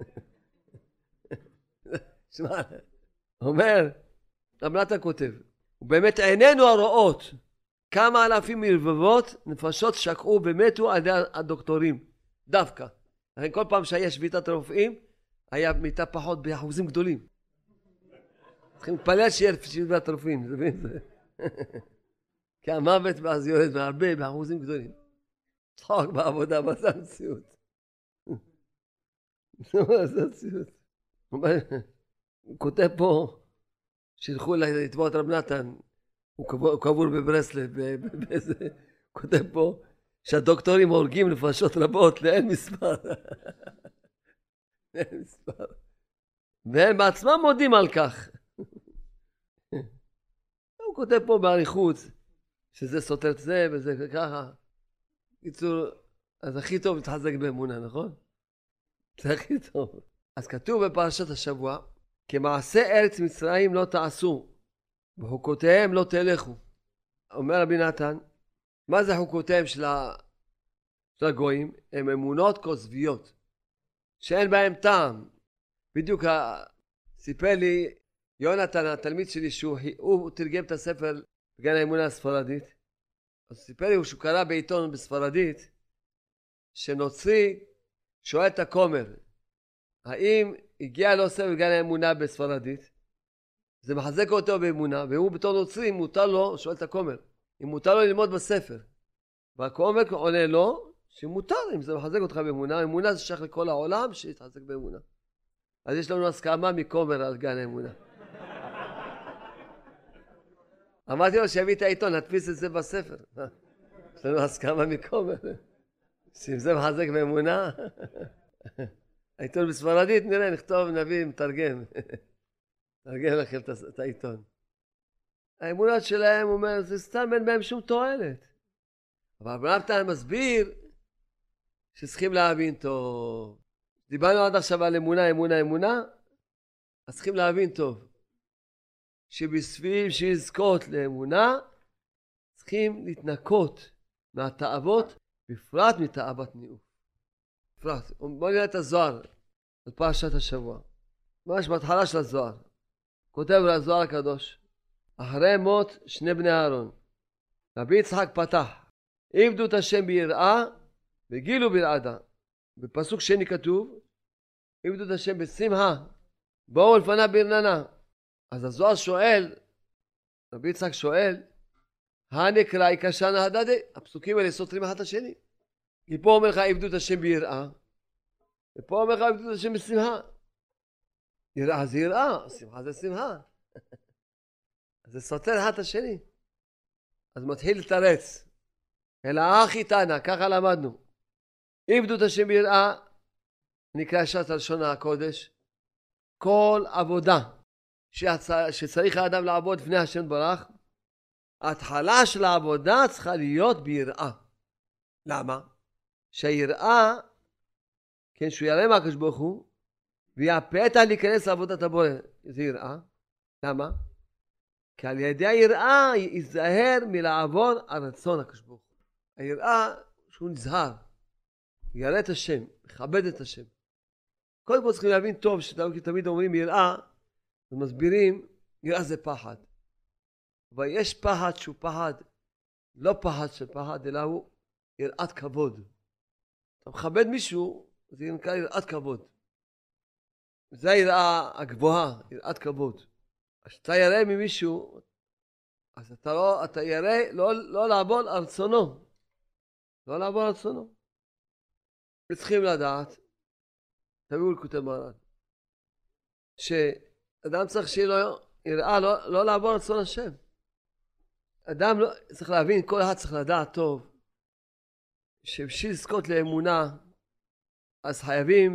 שמע, אומר, רב נתן כותב, ובאמת עינינו הרואות כמה אלפים מרבבות נפשות שקעו ומתו על ידי הדוקטורים, דווקא. לכן כל פעם שהיה שביתת רופאים, היה מיטה פחות באחוזים גדולים. צריכים להתפלל שיהיה שביתת רופאים, זה מבין זה? כי המוות ואז יורד בהרבה, באחוזים גדולים. צחוק בעבודה, מה זה המציאות? מה זה המציאות? הוא כותב פה, שילכו לתבוע את רב נתן, הוא קבור בברסלב, הוא כותב פה, שהדוקטורים הורגים נפשות רבות לאין מספר. אין מספר. והם בעצמם מודים על כך. הוא כותב פה בעריכות, שזה סותר את זה וזה ככה. קיצור, אז הכי טוב להתחזק באמונה, נכון? זה הכי טוב. אז כתוב בפרשת השבוע, כמעשה ארץ מצרים לא תעשו, בחוקותיהם לא תלכו. אומר רבי נתן, מה זה חוקותיהם של הגויים? הם אמונות כוזביות, שאין בהם טעם. בדיוק סיפר לי יונתן, התלמיד שלי, שהוא תרגם את הספר בגן האמונה הספרדית. אז סיפר לי שהוא קרא בעיתון בספרדית, שנוצרי שואל את הכומר, האם הגיע לו ספר בגן האמונה בספרדית? זה מחזק אותו באמונה, והוא בתור נוצרי מותר לו, שואל את הכומר, אם מותר לו ללמוד בספר. והכומר עונה לו שמותר, אם זה מחזק אותך באמונה, אמונה זה שייך לכל העולם שיתחזק באמונה. אז יש לנו הסכמה מכומר על גן האמונה. אמרתי לו שיביא את העיתון, נדפיס את זה בספר. יש לנו הסכמה מכומר. שאם זה מחזק באמונה, העיתון בספרדית, נראה, נכתוב, נביא, מתרגם. תרגם לכם את העיתון. האמונות שלהם, אומר, זה סתם אין בהם שום תועלת. אבל רב נתן מסביר שצריכים להבין טוב. דיברנו עד עכשיו על אמונה, אז צריכים להבין טוב. שבסביב שיזכות לאמונה, צריכים להתנקות מהתאוות, בפרט מתאוות ניאוף. בפרט. בואו נראה את הזוהר, על פרשת השבוע. ממש בהתחלה של הזוהר. כותב הזוהר הקדוש, אחרי מות שני בני אהרון, רבי יצחק פתח, עבדו את השם ביראה וגילו ברעדה. בפסוק שני כתוב, עבדו את השם בשמחה, באו לפניו ברננה. אז הזוהר שואל, רבי יצחק שואל, הנקרא יקשן ההדדי, הפסוקים האלה סותרים אחד את השני. כי פה אומר לך עבדו את השם ביראה, ופה אומר לך עבדו את השם בשמחה. יראה זה יראה, שמחה זה שמחה. אז זה סותר אחד את השני. אז מתחיל לתרץ. אלא אחי תנא, ככה למדנו. עבדו את השם ביראה, נקרא שעת לשון הקודש, כל עבודה שצריך האדם לעבוד לפני השם ברך, ההתחלה של העבודה צריכה להיות ביראה. למה? שהיראה, כן, שהוא יראה מהקדוש ברוך הוא, ויפתח להיכנס לעבודת הבורא. זה יראה. למה? כי על ידי היראה ייזהר מלעבור על רצון הקדוש ברוך הוא. היראה שהוא נזהר, יראה את השם, מכבד את השם. קודם כל צריכים להבין טוב, שתמיד אומרים יראה, ומסבירים, יראה זה פחד. אבל יש פחד שהוא פחד, לא פחד של פחד, אלא הוא יראת כבוד. אתה מכבד מישהו, זה נקרא יראת כבוד. זה היראה הגבוהה, יראת כבוד. כשאתה יראה ממישהו, אז אתה יראה לא לעבור על רצונו. לא לעבור על רצונו. וצריכים לדעת, תביאו לכותב מרן, שאדם צריך שיהיה לו יראה לא לעבור על רצון השם. אדם לא, צריך להבין, כל אחד צריך לדעת טוב, שבשביל לזכות לאמונה, אז חייבים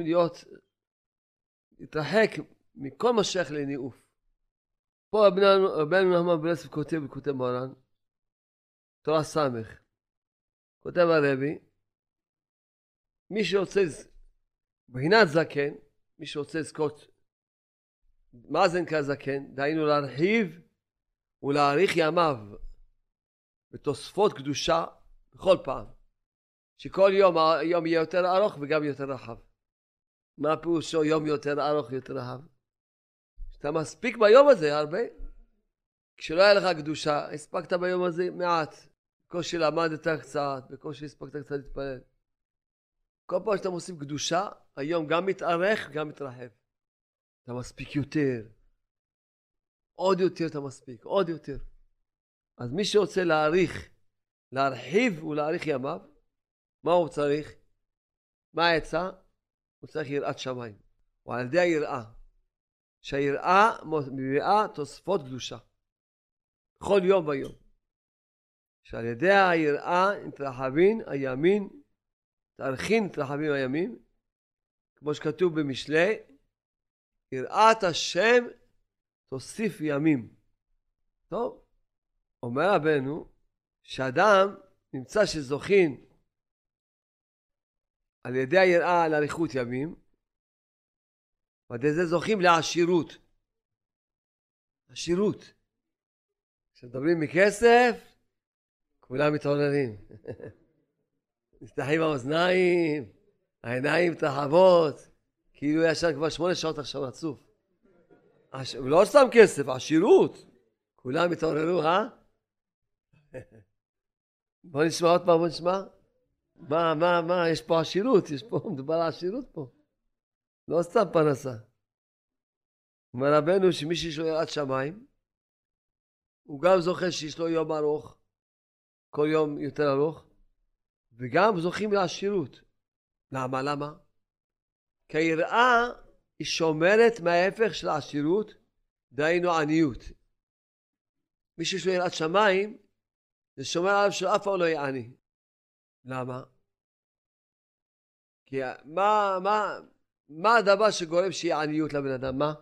להתרחק מכל מה שייך לניאוף. פה רבנו נחמן ברסלב כותב מרן, תורה סמך, כותב הרבי, מי שרוצה, בחינת זקן, מי שרוצה לזכות, מה זה נקרא זקן? דהיינו להרחיב ולהאריך ימיו בתוספות קדושה בכל פעם. שכל יום יהיה יותר ארוך וגם יותר רחב. מה פירושו יום יותר ארוך יותר רחב? שאתה מספיק ביום הזה הרבה. כשלא היה לך קדושה, הספקת ביום הזה מעט. בקושי למדת קצת, בקושי הספקת קצת להתפלל. כל פעם שאתה מוסיף קדושה, היום גם מתארך, גם מתרחב. אתה מספיק יותר. עוד יותר אתה מספיק, עוד יותר. אז מי שרוצה להרחיב ולהאריך ימיו, מה הוא צריך? מה העצה? הוא צריך יראת שמיים. ועל ידי היראה. שהיראה מביאה תוספות קדושה. כל יום ויום. שעל ידי היראה נתרחבין הימין, תארכין נתרחבים הימים, כמו שכתוב במשלי, יראת השם תוסיף ימים. טוב, אומר רבנו, שאדם נמצא שזוכין על ידי היראה לאריכות ימים, ועל ידי זה זוכים לעשירות. עשירות. כשמדברים מכסף, כולם מתעוררים. נפתחים האוזניים, העיניים מתרחבות, כאילו ישן כבר 8 שעות עכשיו רצוף. לא סתם כסף, עשירות. כולם התעוררו, בוא נשמע עוד פעם, בוא נשמע. מה, יש פה עשירות, מדובר על עשירות פה. לא סתם פרנסה. אומר רבנו שמי שיש לו יראת שמיים, הוא גם זוכה שיש לו יום ארוך, כל יום יותר ארוך, וגם זוכים לעשירות. למה? כי היראה היא שומרת מההפך של העשירות, דהיינו עניות. מי שיש לו יראת שמיים, זה שומר עליו שאף פעם לא יהיה עני. למה? כי מה הדבר שגורם שיהיה עניות לבן אדם? מה?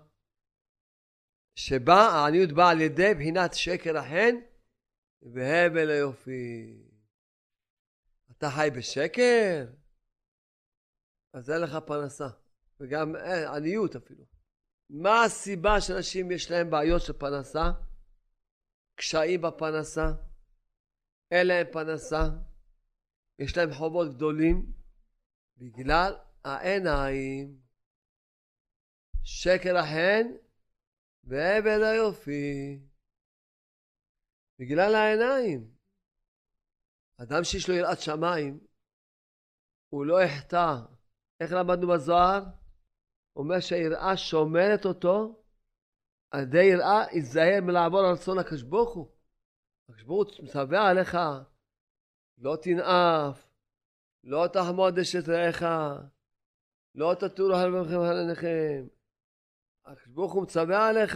העניות באה על ידי בחינת שקר החן והבל היופי. אתה חי בשקר? אז אין לך פרנסה. וגם עניות אפילו. מה הסיבה שאנשים יש להם בעיות של פרנסה? קשיים בפרנסה? אין להם פרנסה? יש להם חובות גדולים? בגלל העיניים. שקר החן והבל היופי. בגלל העיניים. אדם שיש לו יראת שמיים, הוא לא יחטא. איך למדנו בזוהר? הוא אומר שהיראה שומרת אותו, על ידי יראה יזהר מלעבור על רצון הקדוש ברוך הוא. הקדוש ברוך הוא מצווה עליך, לא תנאף, לא תחמוד אשת רעך, לא תטורו הלבבכם על עיניכם. הקדוש ברוך הוא מצווה עליך,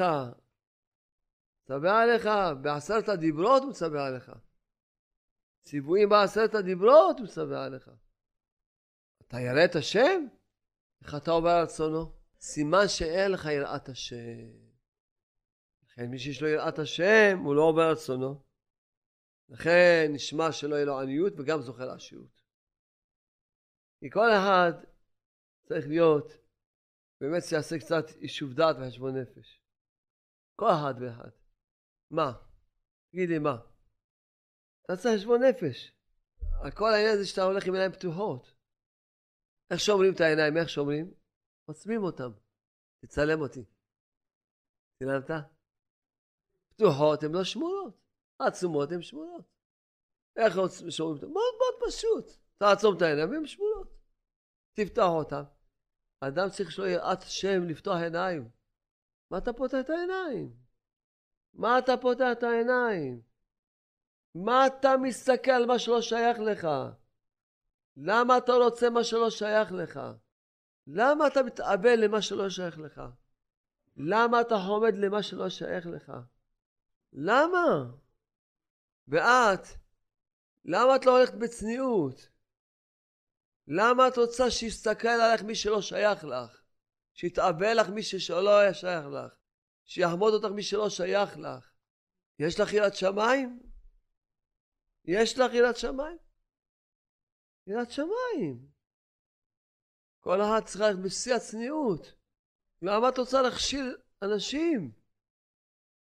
בעשרת הדיברות הוא מצווה עליך. ציוויים בעשרת הדיברות הוא מצווה עליך. אתה ירא את השם? איך אתה עובר על רצונו? סימן שאין לך יראת השם. לכן מי שיש לו יראת השם הוא לא עובר על רצונו. לכן נשמע שלא יהיה לו עניות וגם זוכה לעשירות. כי כל אחד צריך להיות באמת שיעשה קצת יישוב דעת וחשבון נפש. כל אחד ואחד. מה? תגיד לי מה? אתה צריך חשבון נפש. כל העניין הזה שאתה הולך עם עיניים פתוחות. איך שומרים את העיניים? איך שומרים? עוצמים אותם. תצלם אותי. צילמת? פתוחות הן לא שמורות. עצומות הן שמורות. איך שומרים אותם? מאוד מאוד פשוט. תעצום את העיניים והן שמורות. תפתח אותם. האדם צריך שלא יראת השם לפתוח עיניים. מה אתה פותח את העיניים? מה אתה פותח את העיניים? מה אתה מסתכל על מה שלא שייך לך? למה אתה רוצה מה שלא שייך לך? למה אתה מתאבל למה שלא שייך לך? למה אתה חומד למה שלא שייך לך? למה? ואת, למה את לא הולכת בצניעות? למה את רוצה שיסתכל עליך מי שלא שייך לך? שיתאבל לך מי שלא היה שייך לך? שיחמוד אותך מי שלא שייך לך? יש לך יראת שמיים? יש לך יראת שמיים? יראת שמיים. כל אחד צריך ללכת בשיא הצניעות. למה את רוצה להכשיל אנשים?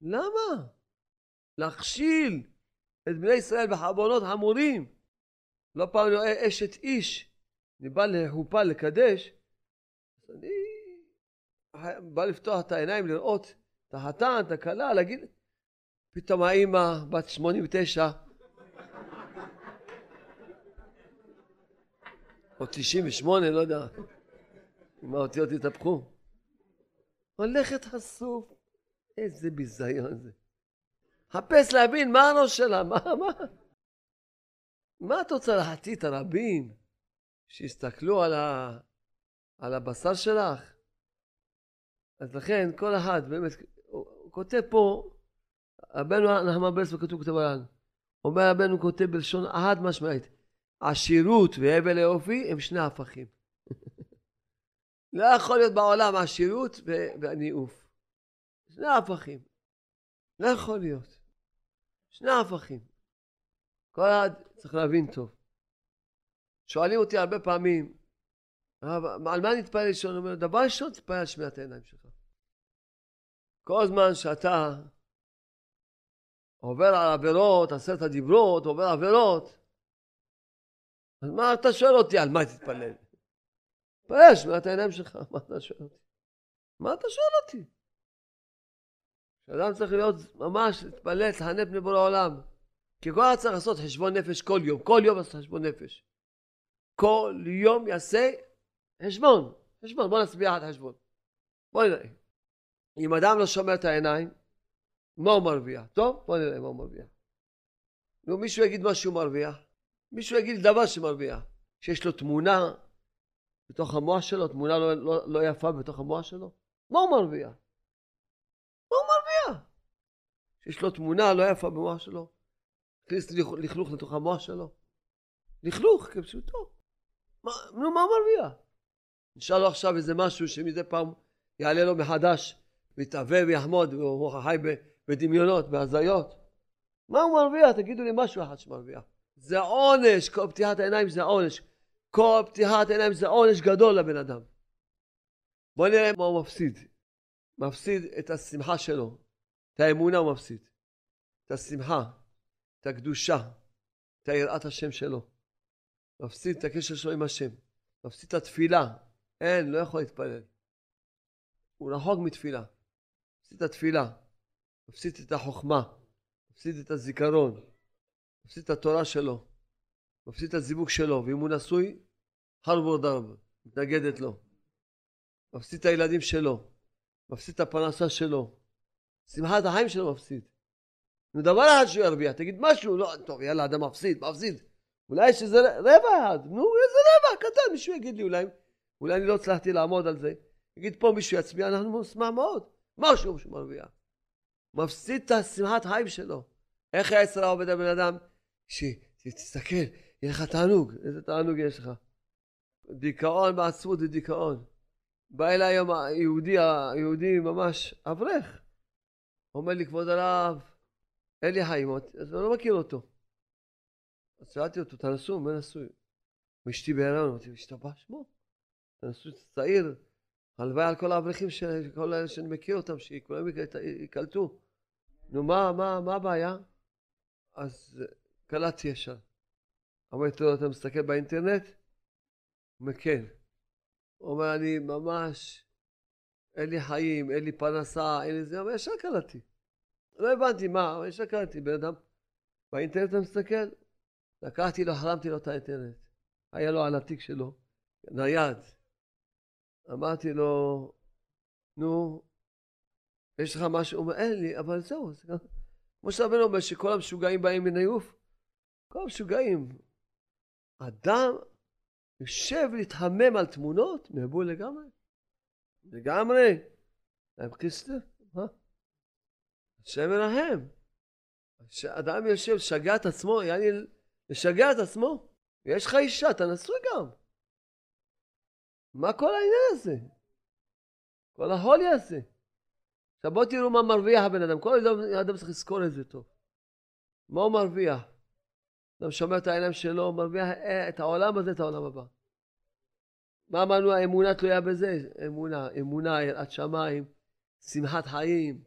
למה? להכשיל את בני ישראל בחבונות חמורים. לא פעם אני רואה אשת איש, אני בא לחופה לקדש, אני בא לפתוח את העיניים לראות את החתן, את הכלה, להגיד, פתאום האמא בת 89, או 98, לא יודע, אם האותיות התהפכו. הולכת חשוף, איזה ביזיון זה. חפש להבין מה הראש שלה, מה את רוצה להחטיא את הרבים שיסתכלו על הבשר שלך? אז לכן כל אחד באמת, הוא כותב פה, רבנו נחמן ברסלב כתוב כתב עלינו, אומר רבנו כותב בלשון חד משמעית, עשירות והבל היופי הם שני הפכים. לא יכול להיות בעולם עשירות והניאוף. שני הפכים. לא יכול להיות. שני הפכים. כל אחד צריך להבין טוב. שואלים אותי הרבה פעמים, על מה נתפלל ראשון? אני אומר, דבר ראשון תתפלל על שמיעת העיניים שלך. כל זמן שאתה עובר על עבירות, 10 הדיברות, עובר עבירות, אז מה אתה שואל אותי על מה תתפלל? תתפלל שמיעת העיניים שלך, מה אתה שואל אותי? מה אתה שואל אותי? שאדם צריך להיות ממש להתפלל, לחנך פני בורא העולם. כי כל אחד צריך לעשות חשבון נפש כל יום. כל יום לעשות חשבון נפש. כל יום יעשה חשבון. בוא נצביע יחד חשבון. בוא נראה. אם אדם לא שומר את העיניים, מה הוא מרוויח? טוב, בוא נראה מה הוא מרוויח. נו, מישהו יגיד מה שהוא מרוויח. מישהו יגיד דבר שמרוויח. שיש לו תמונה בתוך המוח שלו, תמונה לא יפה בתוך המוח שלו. מה הוא מרוויח? מה הוא מרוויח? שיש לו תמונה לא יפה במוח שלו. הכניס לכלוך לתוך המוח שלו. לכלוך, כפשוטו. נו, מה הוא מרוויח? נשאל לו עכשיו איזה משהו שמדי פעם יעלה לו מחדש, ויתעווה ויחמוד, והוא חי בדמיונות, בהזיות. מה הוא מרוויח? תגידו לי משהו אחד שמרוויח. זה עונש, כל פתיחת העיניים זה עונש. כל פתיחת העיניים זה עונש גדול לבן אדם. בוא נראה מה הוא מפסיד. מפסיד את השמחה שלו. את האמונה הוא מפסיד. את השמחה. את הקדושה. את יראת השם שלו. מפסיד את הקשר שלו עם השם. מפסיד את התפילה. אין, לא יכול להתפלל. הוא רחוק מתפילה. מפסיד את התפילה. מפסיד את החוכמה. מפסיד את הזיכרון. מפסיד את התורה שלו. מפסיד את הזיווג שלו. ואם הוא נשוי, חרב ודרב. מתנגדת לו. מפסיד את הילדים שלו. מפסיד את הפרנסה שלו. שמחת החיים שלו מפסיד. דבר אחד שהוא ירוויח. תגיד משהו. לא, טוב, יאללה, אדם מפסיד. אולי יש איזה רבע אחד. נו, איזה רבע קטן. מישהו יגיד לי אולי אני לא הצלחתי לעמוד על זה. יגיד פה מישהו יצביע, אנחנו נשמח מאוד. משהו שהוא מרוויח. מפסיד את שמחת החיים שלו. איך היצר עובד הבן אדם? שתסתכל, יהיה לך תענוג. איזה תענוג יש לך? דיכאון בעצמות ודיכאון. בא אליי היום היהודי ממש אברך. אומר לי, כבוד הרב, אין לי חיים, אז אני לא מכיר אותו. אז שאלתי אותו, אתה נשוי? מה נשוי? ואשתי בהיריון, אמרתי, השתבח שמו. אתה נשוי צעיר, הלוואי על כל האברכים כל אלה שאני מכיר אותם, שכולם יקלטו. נו, מה הבעיה? אז קלטתי ישר. אמרתי לו, אתה מסתכל באינטרנט? הוא אומר, כן. הוא אומר, אני ממש, אין לי חיים, אין לי פרנסה, אין לי זה, אבל ישר קלטתי. לא הבנתי מה, אבל ישר קלטתי, בן אדם. באינטרנט אתה מסתכל? לקחתי לו, חלמתי לו את האינטרנט. היה לו על התיק שלו, נייד. אמרתי לו, נו, יש לך משהו? הוא אומר, אין לי, אבל זהו. כמו שרבנו אומר, שכל המשוגעים באים מניוף. כל המשוגעים. אדם יושב להתחמם על תמונות, מבול לגמרי. לגמרי. להם כסף, מה? השם מרחם. אדם יושב, לשגע את עצמו, יעני לשגע את עצמו. יש לך אישה, אתה נשוי גם. מה כל העניין הזה? כל החולי הזה. עכשיו בואו תראו מה מרוויח הבן אדם. כל אדם צריך לזכור את זה טוב. מה הוא מרוויח? אדם שומר את העיניים שלו, הוא מרוויח את העולם הזה, את העולם הבא. מה אמרנו? האמונה תלויה בזה? אמונה, יראת שמיים, שמחת חיים,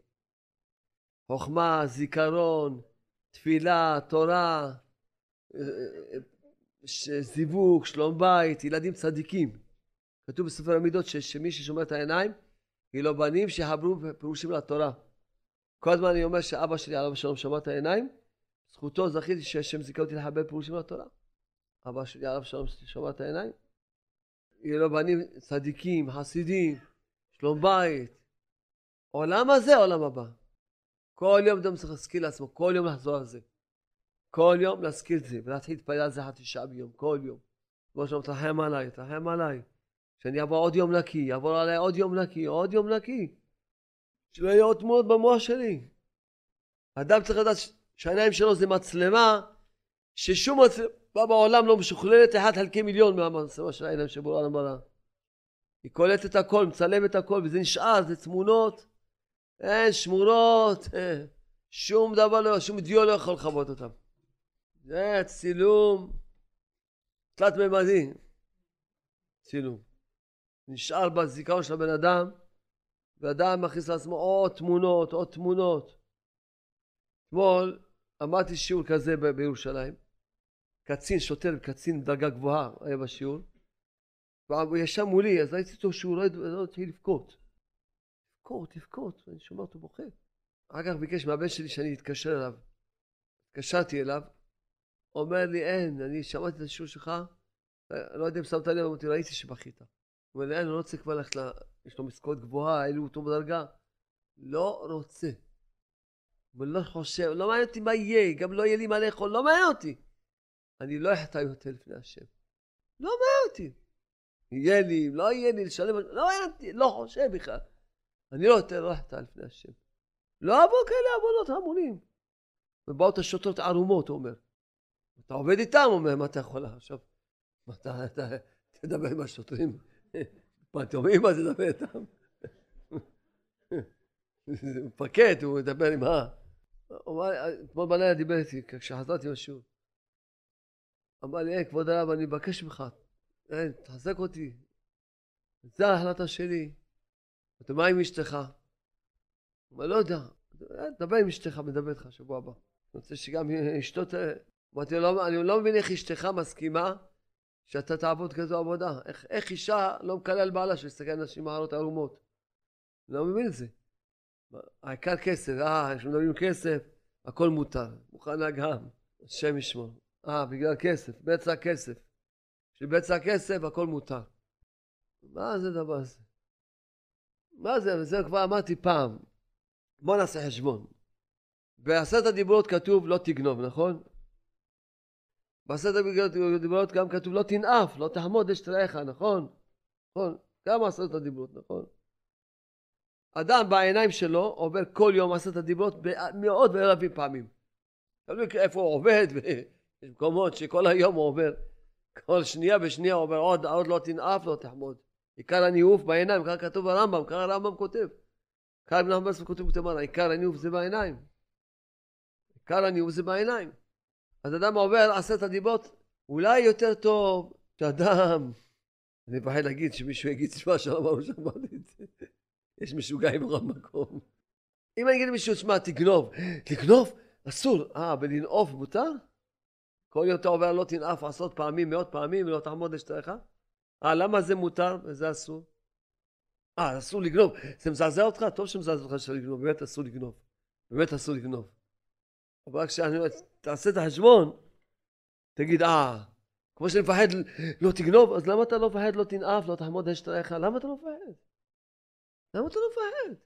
חוכמה, זיכרון, תפילה, תורה, זיווג, שלום בית, ילדים צדיקים. כתוב בספר המידות שמי ששומר את העיניים, יהיו לו בנים שיחברו פירושים לתורה. כל הזמן אני אומר שאבא שלי עליו השלום שמר את העיניים, זכותו זכיתי שהשם זיכה אותי לחבר פירושים לתורה. אבא שלי עליו השלום שמר את העיניים. יהיו לו בנים צדיקים, חסידים, שלום בית. עולם הזה, עולם הבא. כל יום אדם צריך להזכיר לעצמו, כל יום לחזור על זה. כל יום להזכיר את זה, ולהתחיל להתפלל על זה 9 ביום, כל יום. כמו שאומר, תרחם עליי, תרחם עליי. שאני אעבור עוד יום נקי, יעבור עליי עוד יום נקי, עוד יום נקי. שלא יהיה עוד תמונות במוח שלי. האדם צריך לדעת שהעיניים שלו זה מצלמה, ששום מצלמה בעולם לא משוכללת 1/1,000,000 מהמצלמה של העיניים שבורא למעלה. היא קולטת הכל, מצלמת הכל, וזה נשאר, זה תמונות, אין שמורות, שום דבר לא, שום דיו לא יכול לחוות אותם. זה צילום תלת ממדי. צילום. נשאר בזיכרון של הבן אדם, ואדם מכניס לעצמו עוד תמונות, עוד תמונות. אתמול אמרתי שיעור כזה בירושלים. קצין, שוטר וקצין בדרגה גבוהה היה בשיעור. והוא ישב מולי, אז ראיתי אותו שהוא לא התחיל לבכות. לבכות, ואני שומע אותו בוכה. אחר כך ביקש מהבן שלי שאני אתקשר אליו. התקשרתי אליו, אומר לי, אין, אני שמעתי את השיעור שלך, לא יודע אם שמת לב, אמרתי, ראיתי שבכית. הוא אומר לי, אין, אני לא רוצה כבר ללכת, יש לו משכורת גבוהה, העלו אותו בדרגה. לא רוצה. ולא חושב, לא מעניין אותי מה יהיה, גם לא יהיה לי מה לאכול, לא מעניין אותי. אני לא אחטא יותר לפני השם. לא מעניין אותי. יהיה לי, לא יהיה לי, לשלם, לא מעניין אותי, לא חושב בכלל. אני לא אחטא לפני השם. לא אבוא כאלה עוונות המונים. ובאו את השוטרות ערומות, הוא אומר. אתה עובד איתם, הוא אומר, מה אתה יכול עכשיו? מה אתה תדבר עם השוטרים? פתאום מה תדבר איתם? הוא פקט, הוא מדבר עם אתמול בלילה דיבר איתי, כשחזרתי מהשיעור. אמר לי, כבוד הרב, אני מבקש ממך, תחזק אותי. זה ההחלטה שלי. אתה מה עם אשתך? הוא אומר, לא יודע, דבר עם אשתך, מדבר איתך שבוע הבא. אני רוצה שגם אשתו, אמרתי לו, אני לא מבין איך אשתך מסכימה שאתה תעבוד כזו עבודה. איך אישה לא מקלה על בעלה שתסתכל על נשים מערות ערומות. לא מבין את זה. העיקר כסף, כשמדברים כסף, הכל מותר. מוכנה גם, השם ישמור. בגלל כסף, בצע כסף. שבצע כסף, הכל מותר. מה זה דבר הזה? מה זה? וזה כבר אמרתי פעם. בוא נעשה חשבון. בעשרת הדיברות כתוב לא תגנוב, נכון? בעשרת הדיברות גם כתוב לא תנאף, לא תחמוד אשת רעך, נכון? נכון? גם עשרת הדיברות, נכון? אדם בעיניים שלו עובר כל יום עשרת הדיברות מאות ואלפים פעמים. תלוי איפה הוא עובד, יש מקומות שכל היום הוא עובר, כל שנייה בשנייה הוא עובר עוד לא תנאף, לא תחמוד. עיקר הניאוף בעיניים, כך כתוב ברמב"ם, כך הרמב"ם כותב. כך בן אדם כותב כתוב, עיקר הניאוף זה בעיניים. עיקר הניאוף זה בעיניים. אז אדם עובר עשרת הדיברות, אולי יותר טוב שאדם, אני פחד להגיד שמישהו יגיד שמה שאמרנו שמעתי את זה. יש משוגעים בכל מקום. אם אני אגיד למישהו, שמע, תגנוב. תגנוב? אסור. בלנאוף מותר? כל יום אתה עובר לא תנאף 10 פעמים, 100 פעמים, ולא תחמוד אשתך? למה זה מותר וזה אסור? אסור לגנוב. זה מזעזע אותך? טוב שמזעזע אותך שאתה לגנוב. באמת אסור לגנוב. באמת אסור לגנוב. אבל רק כשאני אומר, תעשה את החשבון, תגיד, כמו שאני מפחד לא תגנוב, אז למה אתה לא מפחד לא תנאף, לא תחמוד אשתך? למה אתה לא מפחד? למה אתה לא מפחד?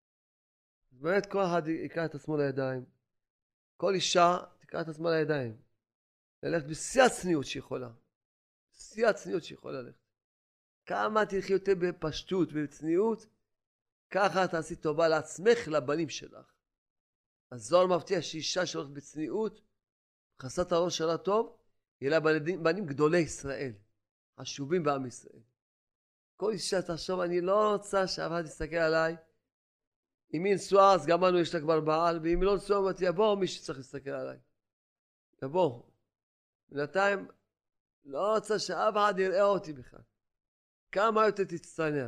באמת כל אחד יקרא את עצמו לידיים. כל אישה תקרא את עצמה לידיים. ללכת בשיא הצניעות שיכולה. בשיא הצניעות שיכולה ללכת. כמה תלכי יותר בפשטות ובצניעות, ככה תעשי טובה לעצמך, לבנים שלך. הזוהר מבטיח שאישה שהולכת בצניעות, חסת הראש שלה טוב, יהיה לה בנים גדולי ישראל. חשובים בעם ישראל. כל אישה תחשוב, אני לא רוצה שאף אחד יסתכל עליי. אם היא נשואה, אז גם לנו יש לה כבר בעל, ואם היא לא נשואה, אמרתי, יבוא מי שצריך להסתכל עליי. יבוא. בינתיים, לא רוצה שאף אחד יראה אותי בכלל. כמה יותר תצטנע.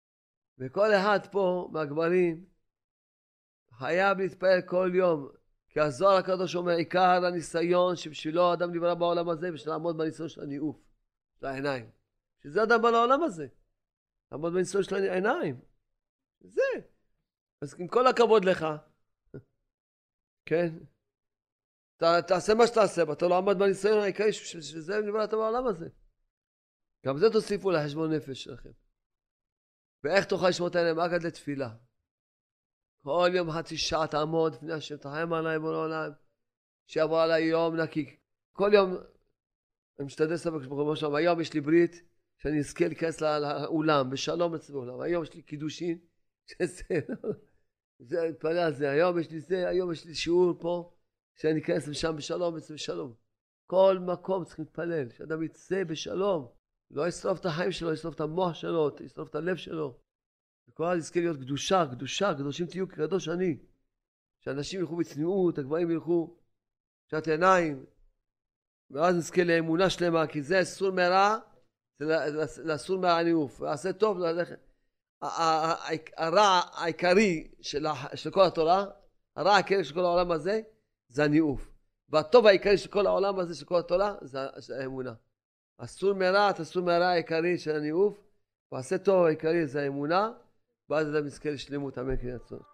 וכל אחד פה, מהגברים, חייב להתפעל כל יום, כי הזוהר הקדוש אומר, עיקר הניסיון שבשבילו האדם נברא בעולם הזה, בשביל לעמוד בניסיון של הניאוף, של העיניים. שזה אדם בא לעולם הזה. לעמוד בניסיון של העיניים. זה. אז עם כל הכבוד לך, כן? תעשה מה שתעשה, אתה לא עמד בניסיון העיקרי, שזה נבראת בעולם הזה. גם זה תוסיפו לחשבון נפש שלכם. ואיך תוכל לשמור את העיניים? רק עד לתפילה. כל יום חצי שעה תעמוד לפני השם, תרחם עליי בורא עולם, שיבוא עליי יום נקי. כל יום, אני משתדל סבק שבחור שם, היום יש לי ברית, שאני אזכה להיכנס לאולם, בשלום לציבור העולם. היום יש לי קידושין, זה, התפלא על זה, היום יש לי זה, היום יש לי שיעור פה, שאני אכנס לשם בשלום, בשלום. כל מקום צריכים להתפלל, שאדם יצא בשלום, לא ישרוף את החיים שלו, ישרוף את המוח שלו, ישרוף את הלב שלו. וכל אחד יזכה להיות קדושה, קדושה, קדושים תהיו כקדוש אני. שאנשים ילכו בצניעות, הגבהים ילכו בשעת עיניים, ואז נזכה לאמונה שלמה, כי זה אסור מרע, זה אסור מהניאוף. ועשה טוב ללכת. הרע העיקרי של כל התורה, הרע העיקרי של כל העולם הזה, זה הניאוף. והטוב העיקרי של כל העולם הזה, של כל התורה, זה האמונה. אסור מרע, אסור מהרע העיקרי של הניאוף, ועשה טוב העיקרי זה האמונה, ואז אתה מזכה לשלמות, אמן כן יהיה רצון.